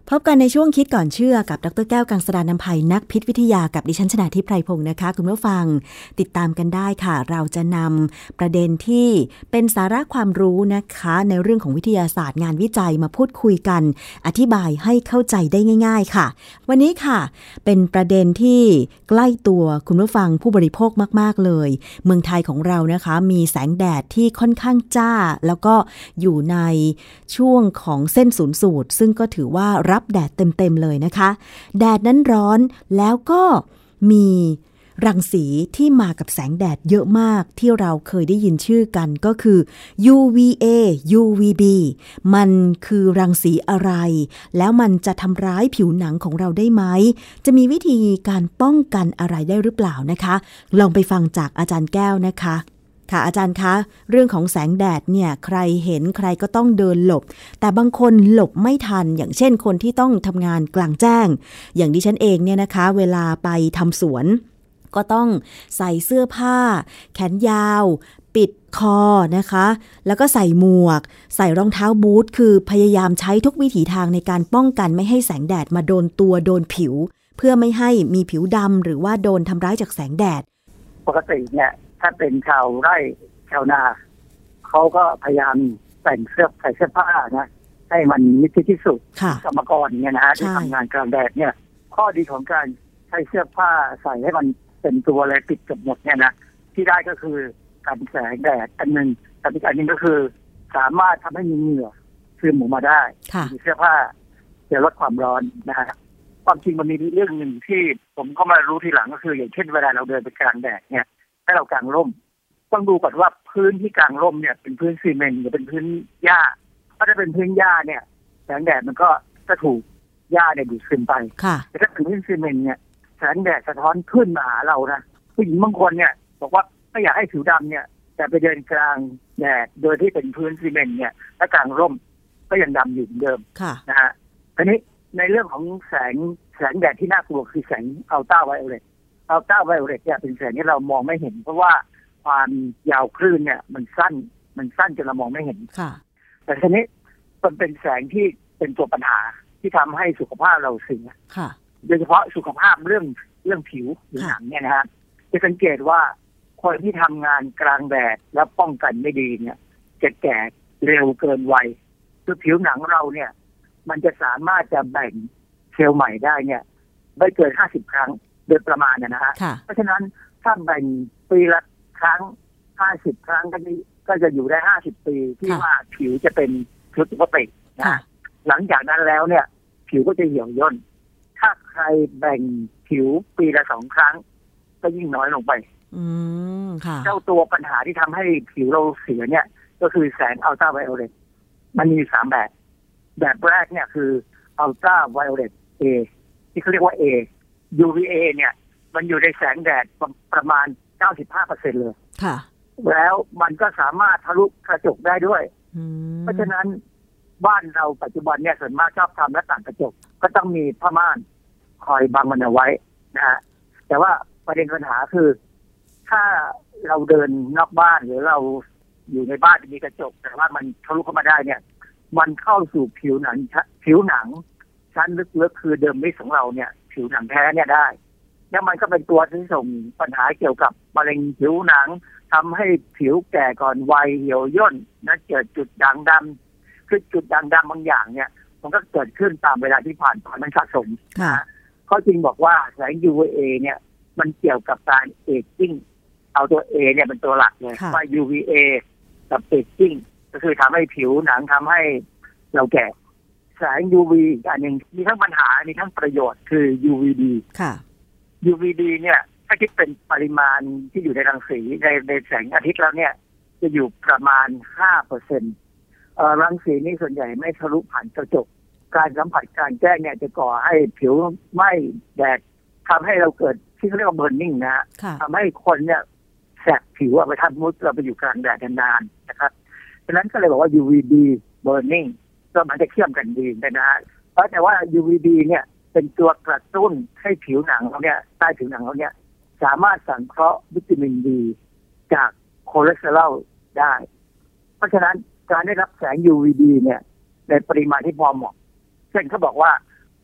พบกันในช่วงคิดก่อนเชื่อกับดรแก้วกังสดาลอำไพนักพิษวิทยากับดิฉันชนาธิปไพรพงศ์นะคะคุณผู้ฟังติดตามกันได้ค่ะเราจะนำประเด็นที่เป็นสาระความรู้นะคะในเรื่องของวิทยาศาสตร์งานวิจัยมาพูดคุยกันอธิบายให้เข้าใจได้ง่ายๆค่ะวันนี้ค่ะเป็นประเด็นที่ใกล้ตัวคุณผู้ฟังผู้บริโภคมากๆเลยเมืองไทยของเรานะคะมีแสงแดดที่ค่อนข้างจ้าแล้วก็อยู่ในช่วงของเส้นศูนย์สูตรซึ่งก็ถือว่ารับแดดเต็มๆเลยนะคะแดดนั้นร้อนแล้วก็มีรังสีที่มากับแสงแดดเยอะมากที่เราเคยได้ยินชื่อกันก็คือ ยู วี เอ ยู วี บี มันคือรังสีอะไรแล้วมันจะทำร้ายผิวหนังของเราได้ไหมจะมีวิธีการป้องกันอะไรได้หรือเปล่านะคะลองไปฟังจากอาจารย์แก้วนะคะค่ะอาจารย์คะเรื่องของแสงแดดเนี่ยใครเห็นใครก็ต้องเดินหลบแต่บางคนหลบไม่ทันอย่างเช่นคนที่ต้องทำงานกลางแจ้งอย่างดิฉันเองเนี่ยนะคะเวลาไปทำสวนก็ต้องใส่เสื้อผ้าแขนยาวปิดคอนะคะแล้วก็ใส่หมวกใส่รองเท้าบูทคือพยายามใช้ทุกวิถีทางในการป้องกันไม่ให้แสงแดดมาโดนตัวโดนผิวเพื่อไม่ให้มีผิวดำหรือว่าโดนทำร้ายจากแสงแดดปกติเนี่ยถ้าเป็นชาวไร่ชาวนาเขาก็พยายามแต่งเสื้อใส่เสื้อผ้านะให้มันมิดชิดที่สุดกรรมกรเนี่ยนะฮะที่ทำงานกลางแดดเนี่ยข้อดีของการใช้เสื้อผ้าใส่ให้มันเป็นตัวอะไรปิดกับหมดเนี่ยนะที่ได้ก็คือการแสงแดดอันหนึ่งแต่อีกอันหนึ่งก็คือสามารถทำให้มีเหงื่อซึมออกมาได้มีเสื้อผ้าจะลดความร้อนนะฮะความจริงมันมีเรื่องหนึ่งที่ผมก็มารู้ทีหลังก็คืออย่างเช่นเวลาเราเดินไปกลางแดดเนี่ยถ้าเรากางร่มต้องดูก่อนว่าพื้นที่กางร่มเนี่ยเป็นพื้นซีเมนต์หรือเป็นพื้นหญ้าถ้าจะเป็นพื้นหญ้าเนี่ยแสงแดดมันก็จะถูกหญ้าเนี่ยดูดซึมไปแต่ถ้าเป็นพื้นซีเมนต์เนี่ยแสงแดดสะท้อนขึ้นมาหาเรานะผู้หญิงบางคนเนี่ยบอกว่าไม่อยากให้ผิวดำเนี่ยแต่ไปเดินกลางแดดโดยที่เป็นพื้นซีเมนต์เนี่ยถ้ากางร่มก็ยังดำอยู่เหมือนเดิมนะฮะทีนี้ในเรื่องของแสงแสงแดดที่น่ากลัวคือแสงอัลตราไวโอเลตอัลตราไวโอเลตเนี่ยเป็นแสงที่เรามองไม่เห็นเพราะว่าความยาวคลื่นเนี่ยมันสั้นมันสั้นจนเรามองไม่เห็นแต่ทีนี้มันเป็นแสงที่เป็นตัวปัญหาที่ทำให้สุขภาพเราเสียโดยเฉพาะสุขภาพเรื่องเรื่องผิวหรือหนังเนี่ยนะฮะจะสังเกตว่าคนที่ทำงานกลางแดดแล้วป้องกันไม่ดีเนี่ยจะแก่เร็วเกินวัยคือผิวหนังเราเนี่ยมันจะสามารถจะแบ่งเซลล์ใหม่ได้เนี่ยไม่เกินห้าสิบครั้งโดยประมาณเนี่ยนะฮะเพราะฉะนั้นถ้าแบ่งปีละครั้งห้าสิบครั้งก็ก็จะอยู่ได้ห้าสิบปีที่ว่าผิวจะเป็นชุดปกตินะหลังจากนั้นแล้วเนี่ยผิวก็จะเหี่ยวย่นถ้าใครแบ่งผิวปีละสองครั้งก็ยิ่งน้อยลงไปเจ้าตัวปัญหาที่ทำให้ผิวเราเสียเนี่ยก็คือแสงอัลตราไวโอเลตมันมีสามแบบแบบแรกเนี่ยคืออัลตราไวโอเลต A ที่เขาเรียกว่า A ยู วี เอ เนี่ยมันอยู่ในแสงแดดประมาณ เก้าสิบห้าเปอร์เซ็นต์ เลยค่ะแล้วมันก็สามารถทะลุกระจกได้ด้วยเพราะฉะนั้นบ้านเราปัจจุบันเนี่ยส่วนมากชอบทำหน้าต่างกระจกก็ต้องมีผ้าม่านคอยบังมันเอาไว้นะฮะแต่ว่าประเด็นปัญหาคือถ้าเราเดินนอกบ้านหรือเราอยู่ในบ้านมีกระจกแต่ว่ามันทะลุเข้ามาได้เนี่ยมันเข้าสู่ผิวหนังผิวหนังชั้นลึกๆคือเดิมมิสของเราเนี่ยผิวหนังแท้เนี่ยได้แล้วมันก็เป็นตัวที่ส่งปัญหาเกี่ยวกับมะเร็งผิวหนังทำให้ผิวแก่ก่อนวัยเหี่ยวย่นนะเกิดจุดด่างดำคือจุดด่างดำบางอย่างเนี่ยมันก็เกิดขึ้นตามเวลาที่ผ่านไปมันสะสมนะข้อจริงบอกว่าแสง ยู วี เอ เนี่ยมันเกี่ยวกับการเอจจิ้งเอาตัว A เนี่ยเป็นตัวหลักเลยว่า ยู วี เอ กับเอจจิ้งก็คือทำให้ผิวหนังทำให้เราแก่แสง ยู วี อันหนึ่งมีทั้งปัญหามีทั้งประโยชน์คือ ยู วี ดี ค่ะ ยู วี ดี เนี่ยถ้าคิดเป็นปริมาณที่อยู่ในรังสีในในแสงอาทิตย์แล้วเนี่ยจะอยู่ประมาณ ห้าเปอร์เซ็นต์ เอ่อรังสีนี้ส่วนใหญ่ไม่ทะลุผ่านกระจกการสัมผัสการแจ้งเนี่ยจะก่อให้ผิวไหม้แดดทำให้เราเกิดที่เขาเรียกว่าเบิร์นนิ่งนะทำให้คนเนี่ยแสบผิวไปทำมุดเราไปอยู่กลางแดดนานๆนะครับฉะนั้นก็เลยบอกว่า ยู วี ดี burning ก็มันจะเชื่อมกันดีนะฮะเพราะแต่ว่า ยู วี ดี เนี่ยเป็นตัวกระตุ้นให้ผิวหนังเราเนี่ยใต้ผิวหนังเราเนี่ยสามารถสังเคราะห์วิตามินดีจากคอเลสเตอรอลได้เพราะฉะนั้นการได้รับแสง ยู วี ดี เนี่ยในปริมาณที่พอเหมาะเช่นเขาบอกว่า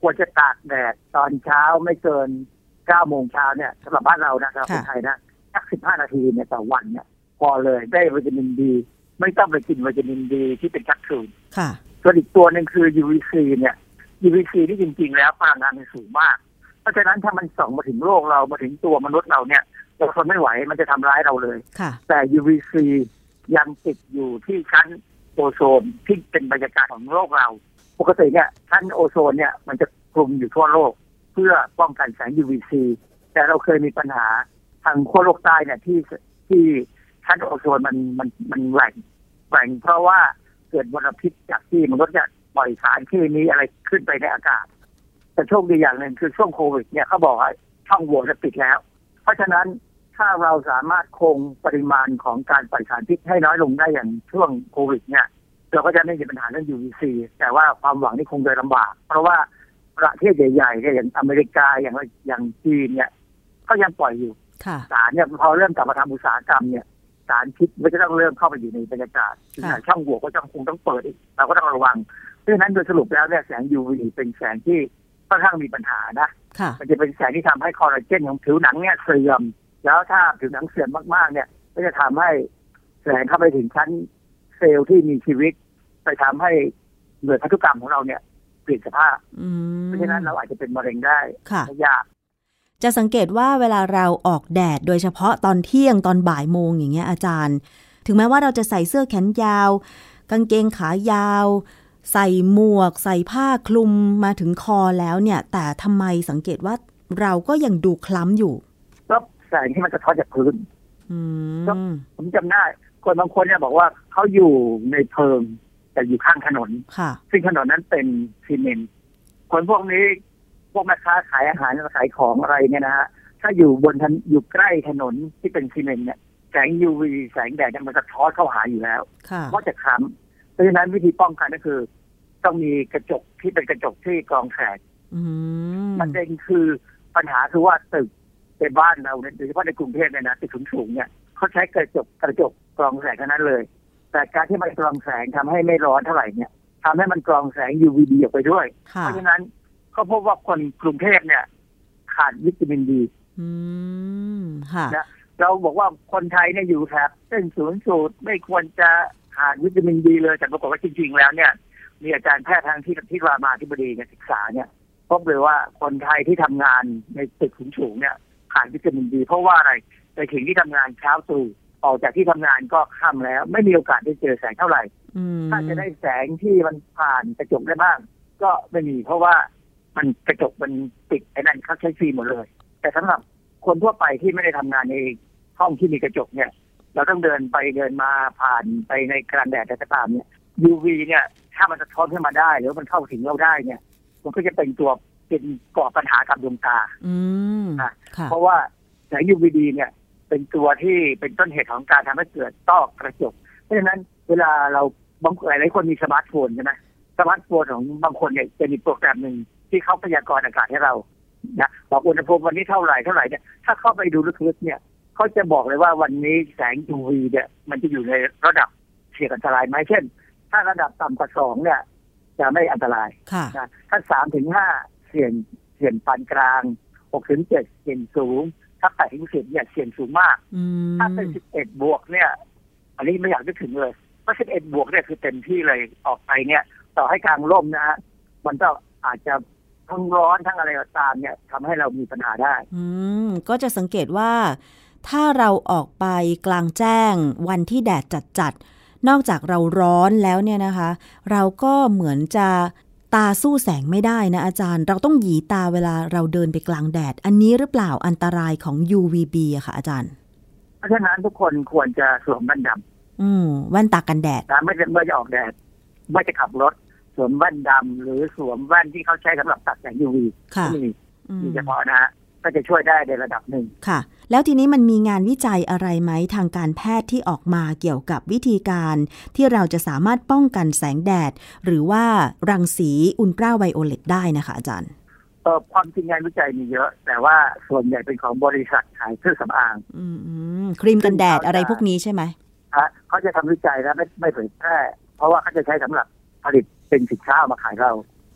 ควรจะตากแดดตอนเช้าไม่เกินเก้าโมงเช้าเนี่ยสำหรับบ้านเรานะครับคนไทยนะสักสิบห้านาทีเนี่ยต่อวันเนี่ยพอเลยได้วิตามินดีไม่ต้องไปกินวิตามินดีที่เป็นแคปซูลค่ะส่วนอีกตัวหนึ่งคือ ยู วี ซี เนี่ย ยู วี ซี ที่จริงๆแล้วพลังงานมันสูงมากเพราะฉะนั้นถ้ามันส่องมาถึงโลกเรามาถึงตัวมนุษย์เราเนี่ยเราทนไม่ไหวมันจะทำร้ายเราเลยแต่ ยู วี ซี ยังติดอยู่ที่ชั้นโอโซนที่เป็นบรรยากาศของโลกเราปกติเนี่ยชั้นโอโซนเนี่ยมันจะคลุมอยู่ทั่วโลกเพื่อป้องกันแสง ยู วี ซี แต่เราเคยมีปัญหาทางขั้วโลกใต้เนี่ยที่ที่ชั้นโอโซนมันมันมันแหว่งแหว่งเพราะว่าเกิดมลพิษจากที่มันก็จะปล่อยสารเคมีอะไรขึ้นไปในอากาศแต่โชคดีอย่างหนึ่งคือช่วงโควิดเนี่ยเขาบอกว่าช่องโหว่จะปิดแล้วเพราะฉะนั้นถ้าเราสามารถคงปริมาณของการปล่อยสารพิษให้น้อยลงได้อย่างช่วงโควิดเนี่ยเราก็จะไม่มีปัญหาเรื่อง ยู วี ซี แต่ว่าความหวังนี่คงจะลำบากเพราะว่าประเทศใหญ่ๆเนี่ยอย่างอเมริกาอย่างอย่างจีนเนี่ยก็ยังปล่อยอยู่สารเนี่ยพอเริ่มกลับมาทำอุตสาหกรรมเนี่ยสารพิษก็จะต้องเริ่มเข้าไปอยู่ในบรรยากาศช่องโหว่ก็จะคงต้องเปิดอีกเราก็ต้องระวังเพราะฉะนั้นโดยสรุปแล้วเนี่ยแสง ยู วี เป็นแสงที่ค่อนข้างมีปัญหานะมันจะเป็นแสงที่ทำให้คอลลาเจนของผิวหนังเนี่ยเสื่อมแล้วถ้าผิวหนังเสื่อมมากๆเนี่ยก็จะทำให้แสงเข้าไปถึงชั้นเซลล์ที่มีชีวิตไปทำให้หน่วยพันธุกรรมของเราเนี่ยเปลี่ยนสภาพเพราะฉะนั้นเราอาจจะเป็นมะเร็งได้ไม่ยากจะสังเกตว่าเวลาเราออกแดดโดยเฉพาะตอนเที่ยงตอนบ่ายโมงอย่างเงี้ยอาจารย์ถึงแม้ว่าเราจะใส่เสื้อแขนยาวกางเกงขายาวใส่หมวกใส่ผ้าคลุมมาถึงคอแล้วเนี่ยแต่ทำไมสังเกตว่าเราก็ยังดูคล้ำอยู่ก็แสงที่มันสะท้อนจากพื้นผมจำได้คนบางคนเนี่ยบอกว่าเขาอยู่ในเพิงแต่อยู่ข้างถนนซึ่งถนนนั้นเป็นซีเมนต์คนพวกนี้พวกแม่ค้าขายอาหารขายของอะไรเนี่ยนะฮะถ้าอยู่บนอยู่ใกล้ถนนที่เป็นซีเมนต์เนี่ยแสง ยู วี แสงแดดมันจะท้อนเข้าหาอยู่แล้วเพราะจะคล้ำเพราะฉะนั้นวิธีป้องกันก็คือต้องมีกระจกที่เป็นกระจกที่กรองแสงมันเองคือปัญหาคือว่าตึกในบ้านเราโดยเฉพาะในกรุงเทพเนี่ยนะตึกสูงๆเนี่ยเขาใช้กระจกกระจกกรองแสงเท่านั้นเลยแต่การที่มันกรองแสงทำให้ไม่ร้อนเท่าไหร่เนี่ยทำให้มันกรองแสง ยู วี ดี ออกไปด้วยเพราะฉะนั้นเขาพบว่าคนกรุงเทพเนี่ยขาดวิตามินดีนะเราบอกว่าคนไทยเนี่ยอยู่แถบเส้นศูนย์สูตรไม่ควรจะขาดวิตามินดีเลยแต่ปรากฏว่าจริงๆแล้วเนี่ยมีอาจารย์แพทย์ทางที่ที่รามาธิบดีเนี่ยศึกษาเนี่ยพบเลยว่าคนไทยที่ทำงานในตึกสูงๆเนี่ยขาดวิตามินดีเพราะว่าอะไรในถึงที่ทำงานเช้าตรู่ออกจากที่ทำงานก็ค่ำแล้วไม่มีโอกาสได้เจอแสงเท่าไหร่ถ้าจะได้แสงที่มันผ่านกระจกได้บ้างก็ไม่มีเพราะว่ามันกระจกมันติดไอ้นั่นเขาใช้ฟิล์มหมดเลยแต่สำหรับคนทั่วไปที่ไม่ได้ทำงานในห้องที่มีกระจกเนี่ยเราต้องเดินไปเดินมาผ่านไปในกลางแดดแต่ตามเนี่ย ยู วี เนี่ยถ้ามันสะท้อนขึ้นมาได้หรือมันเข้าถึงเราได้เนี่ยมันก็จะเป็นตัวเป็นก่อปัญหากับดวงตานะเพราะว่าแสง ยู วี ดี เนี่ยเป็นตัวที่เป็นต้นเหตุของการทำให้เกิดต้อกระจกเพราะฉะนั้นเวลาเราบางหลายคนมีสมาร์ทโฟนใช่ไหมสมาร์ทโฟนของบางคนเนี่ยจะมีโปรแกรมหนึ่งที่เขาพยากรณ์อากาศให้เรานะบอกอุณหภูมิวันนี้เท่าไหร่เท่าไหร่เนี่ยถ้าเข้าไปดูลึกๆเนี่ยเขาจะบอกเลยว่าวันนี้แสง ยู วี เนี่ยมันจะอยู่ในระดับเสี่ยงอันตรายไหมเช่นถ้าระดับต่ำกว่าสองเนี่ยจะไม่อันตรายนะถ้าสามถึงห้าเสี่ยงเสี่ยงปานกลางหกถึงเจ็ดเสี่ยงสูงถ้าแปดถึงสิบเนี่ยเสี่ยงสูงมากถ้าเป็นสิบเอ็ดบวกเนี่ยอันนี้ไม่อยากนึกถึงเลยเพราะสิบเอ็ดบวกเนี่ยคือเต็มที่เลยออกไปเนี่ยต่อให้กลางร่มนะฮะมันก็อาจจะทั้งร้อนทั้งอะไรก็ตามเนี่ยทำให้เรามีปัญหาได้อืมก็จะสังเกตว่าถ้าเราออกไปกลางแจ้งวันที่แดดจัดๆนอกจากเราร้อนแล้วเนี่ยนะคะเราก็เหมือนจะตาสู้แสงไม่ได้นะอาจารย์เราต้องหยีตาเวลาเราเดินไปกลางแดดอันนี้หรือเปล่าอันตรายของ ยู วี บี อะค่ะอาจารย์เพราะฉะนั้นทุกคนควรจะสวมแว่นดำอืมแว่นตากันแดดไม่จะเมื่อจะออกแดดไม่จะขับรถสวมแว่นดำหรือสวมแว่นที่เขาใช้สำหรับตัดแสง ยู วีค่ะมีมีเฉพาะนะฮะก็จะช่วยได้ในระดับหนึ่งค่ะแล้วทีนี้มันมีงานวิจัยอะไรไหมทางการแพทย์ที่ออกมาเกี่ยวกับวิธีการที่เราจะสามารถป้องกันแสงแดดหรือว่ารังสีอุลตราไวโอเลตได้นะคะอาจารย์เออความจริงงานวิจัยมีเยอะแต่ว่าส่วนใหญ่เป็นของบริษัทขายเครื่องสำอางอืมครีมกันแดดอะไรพวกนี้ใช่ไหมฮะเขาจะทำวิจัยแล้วไม่ไม่เผยแพร่เพราะว่าเขาจะใช้สำหรับผลิตเป็นสินค้ามาขายเรา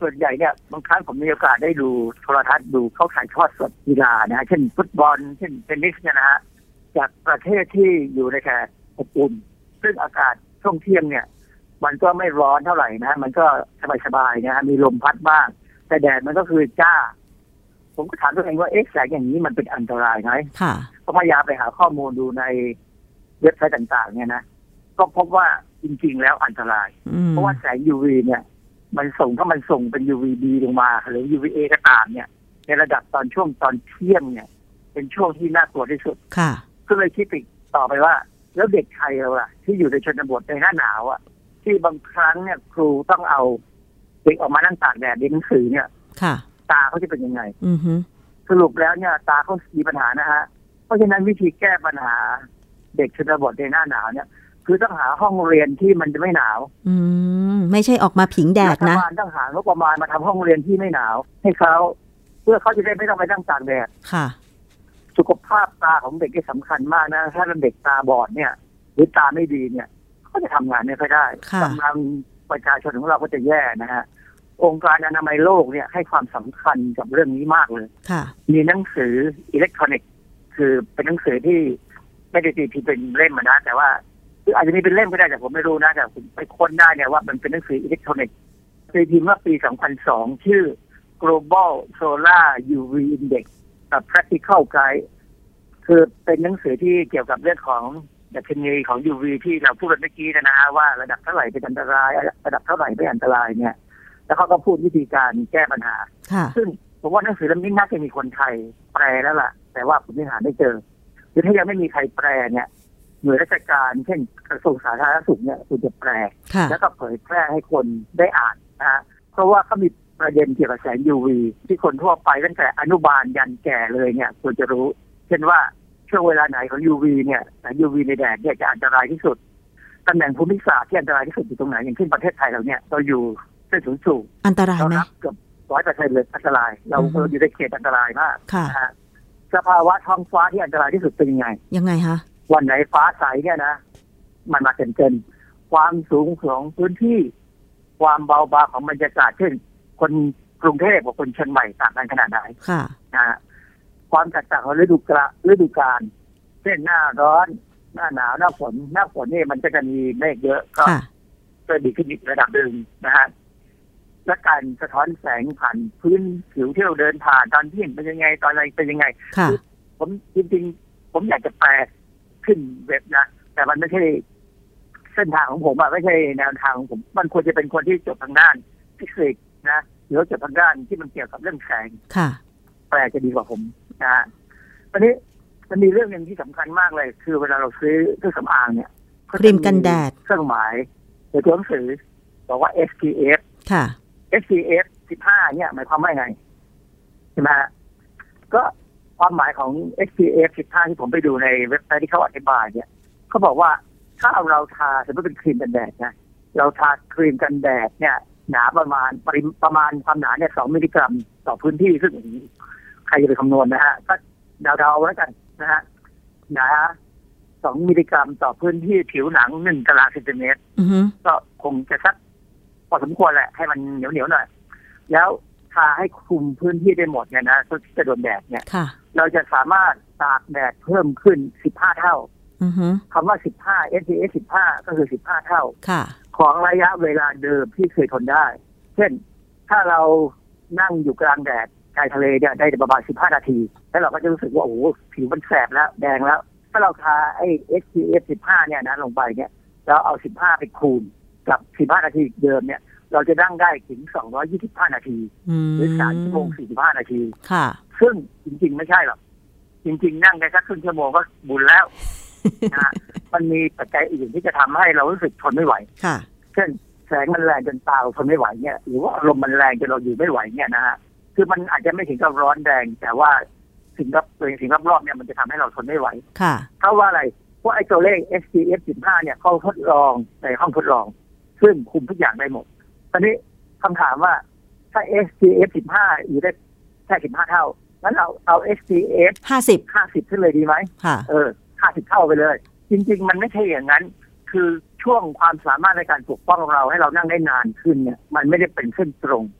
ส่วนใหญ่เนี่ยบางครั้งผมมีโอกาสได้ดูโทรทัศน์ดูเขาถ่ายทอดสดกีฬานะฮะเช่นฟุตบอลเช่นเทนนิสเนี่ยนะฮะจากประเทศที่อยู่ในแถบอบอุ่นซึ่งอากาศช่วงเที่ยงเนี่ยมันก็ไม่ร้อนเท่าไหร่นะมันก็สบายๆนะฮะมีลมพัดบ้างแต่แดดมันก็คือจ้าผมก็ถามตัวเองว่าเอ๊ะแสงอย่างนี้มันเป็นอันตรายไหมค่ะก็พยายามไปหาข้อมูลดูในเว็บไซต์ต่างๆเนี่ยนะก็พบว่าจริงๆแล้วอันตรายเพราะว่าแสง ยู วี เนี่ยมันส่งถ้ามันส่งเป็น ยู วี บี ลงมาหรือ ยู วี เอ ก็ตามเนี่ยในระดับตอนช่วงตอนเที่ยงเนี่ยเป็นช่วงที่น่ากลัวที่สุดค่ะก็เลยคิดต่อไปว่าแล้วเด็กไทยเราล่ะที่อยู่ในชนบทในหน้าหนาวอ่ะที่บางครั้งเนี่ยครูต้องเอาเด็กออกมานั่งตากแดดเรียนหนังสือเนี่ยค่ะตาเขาจะเป็นยังไงอือฮึสรุปแล้วเนี่ยตาเขามีปัญหานะฮะเพราะฉะนั้นวิธีแก้ปัญหาเด็กชนบทในหน้าหนาวเนี่ยคือต้องหาห้องเรียนที่มันจะไม่หนาวอืมไม่ใช่ออกมาผิงแดดนะรัฐบาลต้องหางบประมาณมาทำห้องเรียนที่ไม่หนาวให้เขาเพื่อเขาจะได้ไม่ต้องไปนั่งตากแดดค่ะสุขภาพตาของเด็กที่สำคัญมากนะถ้าเด็กตาบอดเนี่ยหรือตาไม่ดีเนี่ยก็จะทำงานไม่ค่อยได้กำลังประชาชนของเราก็จะแย่นะฮะองค์การอนามัยโลกเนี่ยให้ความสำคัญกับเรื่องนี้มากเลยมีหนังสืออิเล็กทรอนิกส์คือเป็นหนังสือที่ไม่ได้ตีพิมพ์เป็นเล่มนะแต่ว่าคืออาจจะมีเป็นเล่มก็ได้แต่ผมไม่รู้นะแต่ผมไปค้นได้เนี่ยว่ามันเป็นหนังสืออิเล็กทรอนิกส์ตีพิมพ์เมื่อปีสองพันสองชื่อ Global Solar ยู วี Index กับ Practical Guide คือเป็นหนังสือที่เกี่ยวกับเรื่องของดัชนีของ ยู วี ที่เราพูดเมื่อกี้นะฮะว่าระดับเท่าไหร่เป็นอันตรายระดับเท่าไหร่ไม่อันตรายเนี่ยแล้วเขาก็พูดวิธีการแก้ปัญหาซึ่งผมว่าหนังสือเล่มนี้น่าจะมีคนไทยแปลแล้วล่ะแต่ว่าผมยังหาไม่เจอหรือถ้ายังไม่มีใครแปลเนี่ยหน่วยราชการเช่นกระทรวงสาธารณสุขเนี่ยควรจะแปลแล้วก็เผยแพร่ให้คนได้อ่านนะฮะเพราะว่าเขามีประเด็นเกี่ยวกับแสง ยู วี ที่คนทั่วไปตั้งแต่อนุบาลยันแก่เลยเนี่ยควรจะรู้เช่นว่าช่วงเวลาไหนของ ยู วี เนี่ยแสง ยู วี ในแดดเนี่ยจะอันตรายที่สุดตำแหน่งภูมิศาสตร์ที่อันตรายที่สุดอยู่ตรงไหนอย่างเช่นประเทศไทยเราเนี่ยเราอยู่เส้นศูนย์สูงอันตรายไหมเกือบร้อยเปอร์เซ็นต์เลยอันตรายเราเราอยู่ในเขตอันตรายมากนะฮะสภาวะท้องฟ้าที่อันตรายที่สุดเป็นยังไงยังไงคะวันไหนฟ้าใสเนี่ยนะมันมาเต็มเต็มความสูงของพื้นที่ความเบาบางของบรรยากาศเช่นคนกรุงเทพกับคนเชียงใหม่ต่างกันขนาดไหนค่ะนะฮะความแตกต่างของฤดูกาลฤดูกาลเช่นหน้าร้อนหน้าหนาวหน้าฝนหน้าฝนนี่มันจะมีเมฆเยอะก็จะดีขึ้นอีกระดับหนึ่งนะฮะและการสะท้อนแสงผ่านพื้นผิวที่เราเดินผ่านตอนที่เป็นยังไงตอนอะไรเป็นยังไงผมจริงๆผมอยากจะแปลขึ้นเว็บนะแต่มันไม่ใช่เส้นทางของผมอะไม่ใช่แนวทางของผมมันควรจะเป็นคนที่จบทางด้านฟิสิกส์นะหรือจบทางด้านที่มันเกี่ยวกับเรื่องแสงแปลจะดีกว่าผมนะตอนนี้มันมีเรื่องนึงที่สำคัญมากเลยคือเวลาเราซื้อเครื่องสำอางเนี่ยครีมกันแดดเครื่องหมายหรือตัวหนังสือบอกว่า เอส พี เอฟ ค่ะ เอส พี เอฟ สิบห้าเนี่ยหมายความว่าไงใช่ไหมก็ความหมายของ เอส พี เอฟ สิบห้าที่ผมไปดูในเว็บไซต์ที่เขาอธิบายเนี่ยเขาบอกว่าถ้าเราทาสมมติเป็นครีมกันแดดนะเราทาครีมกันแดดเนี่ยหนาประมาณประมาณความหนาเนี่ยสองมิลลิกรัมต่อพื้นที่ซึ่งใครจะไปคำนวณนะฮะก็เดาๆแล้วกันนะฮะหนาสองมิลลิกรัมต่อพื้นที่ผิวหนังหนึ่งตารางเซนติเมตรก็คงจะสักพอสมควรแหละให้มันเหนียวๆหน่อยแล้วทาให้คลุมพื้นที่ได้หมดเนี่ยนะที่จะโดนแดดเนี่ยเราจะสามารถตากแดดเพิ่มขึ้นสิบห้าเท่าคำว่าสิบห้า เอส พี เอฟ สิบห้าก็คือสิบห้าเท่าของระยะเวลาเดิมที่เคยทนได้เช่นถ้าเรานั่งอยู่กลางแดดชายทะเลเนี่ยได้ประมาณสิบห้านาทีแล้วเราก็จะรู้สึกว่าโอ้โหผิวมันแสบแล้วแดงแล้วถ้าเราทาไอ้ เอส พี เอฟ สิบห้าเนี่ยนะลงไปเนี่ยเราเอาสิบห้าไปคูณกับสิบห้านาทีเดิมเนี่ยเราจะนั่งได้ถึงสองร้อยยี่สิบห้านาทีหรือสามชั่วโมงสี่สิบห้านาทีค่ะซึ่งจริงๆไม่ใช่หรอกจริงๆนั่งได้สักครึ่งชั่วโมงก็บุญแล้วนะมันมีปัจจัยอื่นที่จะทำให้เรารู้สึกทนไม่ไหวค่ะเช่นแสงมันแรงจนตาทนไม่ไหวเนี่ยหรือว่าลมมันแรงจนเราอยู่ไม่ไหวเนี่ยนะฮะคือมันอาจจะไม่ถึงกับร้อนแรงแต่ว่าสิ่งรอบตัวสิ่งรอบๆเนี่ยมันจะทำให้เราทนไม่ไหวค่ะเพราะว่าอะไรเพราะไอ้ตัวเลข เอส พี เอฟ สิบห้าเนี่ยเขาทดลองในห้องทดลองซึ่งคุมทุกอย่างได้หมดตอนนี้คำถามว่าถ้า เอส พี เอฟ สิบห้าอยู่ได้แค่สิบห้าเท่างั้นเราเอา เอส พี เอฟห้าสิบห้าสิบขึ้นเลยดีไหมค่ะเออห้าสิบเท่าไปเลยจริงๆมันไม่ใช่อย่างนั้นคือช่วงความสามารถในการปกป้องเราให้เรานั่งได้นานขึ้นเนี่ยมันไม่ได้เป็นเส้นตรง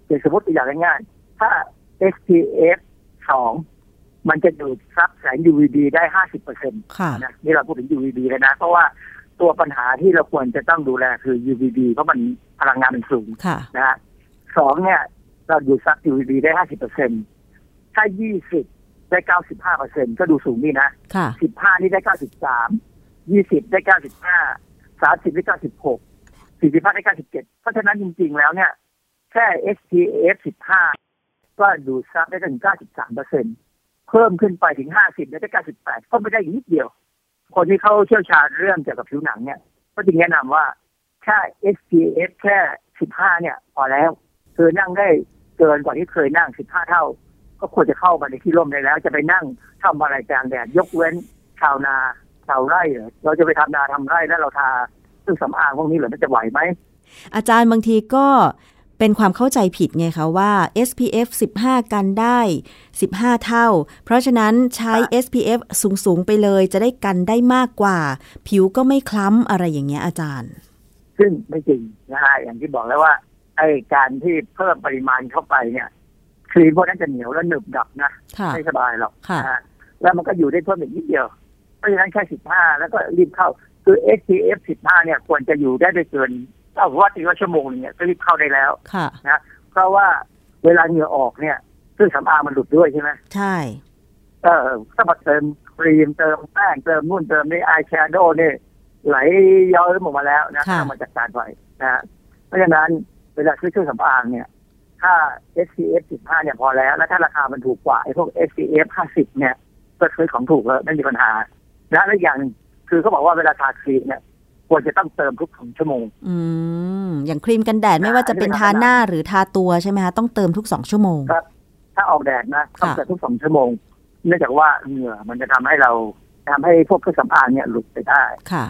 อย่างสมมติตัวอย่างง่ายๆถ้า เอส พี เอฟ สองมันจะดูดซับแสง ยู วี บี ได้ ห้าสิบเปอร์เซ็นต์ นะนี่เราพูดถึง ยู วี บี เลยนะเพราะว่าตัวปัญหาที่เราควรจะต้องดูแลคือ ยู วี บี เพราะมันพลังงานมันสูงนะฮะสองเนี่ยเราดูดซับ ยู วี บี ได้ ห้าสิบเปอร์เซ็นต์ ถ้ายี่สิบได้ เก้าสิบห้าเปอร์เซ็นต์ ก็ดูสูงนี่นะสิบห้านี่ได้ เก้าสิบสาม ยี่สิบได้ เก้าสิบห้า สามสิบได้ เก้าสิบหก สี่สิบห้าได้ เก้าสิบเจ็ด เพราะฉะนั้นจริงๆแล้วเนี่ยแค่ เอส พี เอฟ สิบห้าก็ดูดซับได้ถึง เก้าสิบสามเปอร์เซ็นต์ เพิ่มขึ้นไปถึงห้าสิบได้ เก้าสิบแปดก็ไม่ได้นิดเดียวคนที่เขาเชี่ยวชาญเรื่องเกี่ยวกับผิวหนังเนี่ยก็จึงแนะนำว่าแค่ เอส พี เอฟ แค่สิบห้าเนี่ยพอแล้วคือนั่งได้เกินกว่าที่เคยนั่งสิบห้าเท่าก็ควรจะเข้ามาในที่ร่มได้แล้วจะไปนั่งทำอะไรกลางแดดยกเว้นชาวนาชาวไร่เหรอเราจะไปทำนาทำไร่แล้วเราทาเครื่องสำอางพวกนี้เหรอมันจะไหวไหมอาจารย์บางทีก็เป็นความเข้าใจผิดไงคะว่า เอส พี เอฟ สิบห้ากันได้สิบห้าเท่าเพราะฉะนั้นใช้ เอส พี เอฟ สูงๆไปเลยจะได้กันได้มากกว่าผิวก็ไม่คล้ำอะไรอย่างเงี้ยอาจารย์ซึ่งไม่จริงนะฮะอย่างที่บอกแล้วว่าไอ้การที่เพิ่มปริมาณเข้าไปเนี่ยครีมพวกนั้นจะเหนียวและหนึบดับนะไม่สบายหรอกนะฮะแล้วมันก็อยู่ได้เพิ่มอีกนิดเดียวเพราะฉะนั้นแค่สิบห้าแล้วก็รีบเข้าคือ เอส พี เอฟ สิบห้าเนี่ยควรจะอยู่ได้ไม่เกินเอาว่าตีว่าชั่วโมงนึงเนี่ยก็รีบเข้าได้แล้วนะเพราะว่าเวลาเหงื่อออกเนี่ยเครื่องสำอางมันหลุดด้วยใช่ไหมใช่เออถ้ามาเติมครีมเติมแป้งเติมนู่นเติมนี่อายแชโดว์เนี่ยไหลย้อยออกมาแล้วนะถ้ามาจัดการไว้นะเพราะฉะนั้นเวลาซื้อเครื่องสำอางเนี่ยถ้า เอส พี เอฟ สิบห้าเนี่ยพอแล้วแล้วถ้าราคามันถูกกว่าไอ้พวก เอส พี เอฟ ห้าสิบเนี่ยก็ซื้อของถูกแล้วไม่มีปัญหาและอีกอย่างคือเขาบอกว่าเวลาทาครีมเนี่ยควรจะต้องเติมทุกสองชั่วโมงอืมอย่างครีมกันแดดไม่ว่าจะเป็นทาหน้าหรือทาตัวใช่ไหมคะต้องเติมทุกสองชั่วโมงครับถ้าออกแดดนะต้องเติมทุกสองชั่วโมงเนื่องจากว่าเหงื่อมันจะทำให้เราทำให้พวกเครื่องสำอางเนี่ยหลุดไปได้ค่ะ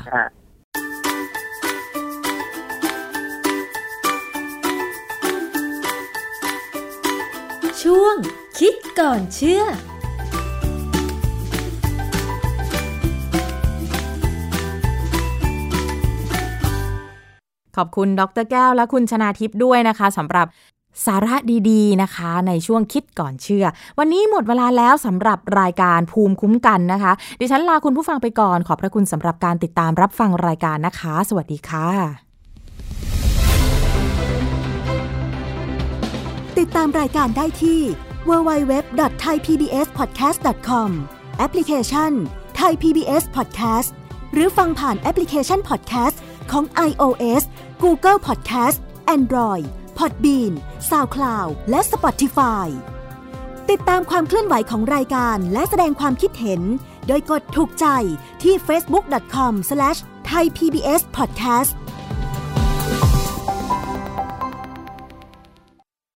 ช่วงคิดก่อนเชื่อขอบคุณดร.แก้วและคุณชนาทิพย์ด้วยนะคะสำหรับสาระดีๆนะคะในช่วงคิดก่อนเชื่อวันนี้หมดเวลาแล้วสำหรับรายการภูมิคุ้มกันนะคะดิฉันลาคุณผู้ฟังไปก่อนขอบพระคุณสำหรับการติดตามรับฟังรายการนะคะสวัสดีค่ะติดตามรายการได้ที่ ดับเบิลยู ดับเบิลยู ดับเบิลยู ดอท ไทย พี บี เอส พอดแคสต์ ดอท คอม แอปพลิเคชัน Thai พี บี เอส Podcast หรือฟังผ่านแอปพลิเคชัน Podcast ของ iOS Google Podcast Android Podbean SoundCloud และ Spotify ติดตามความเคลื่อนไหวของรายการและแสดงความคิดเห็นโดยกดถูกใจที่ เฟซบุ๊ก ดอท คอม สแลช ไทย พี บี เอส พอดแคสต์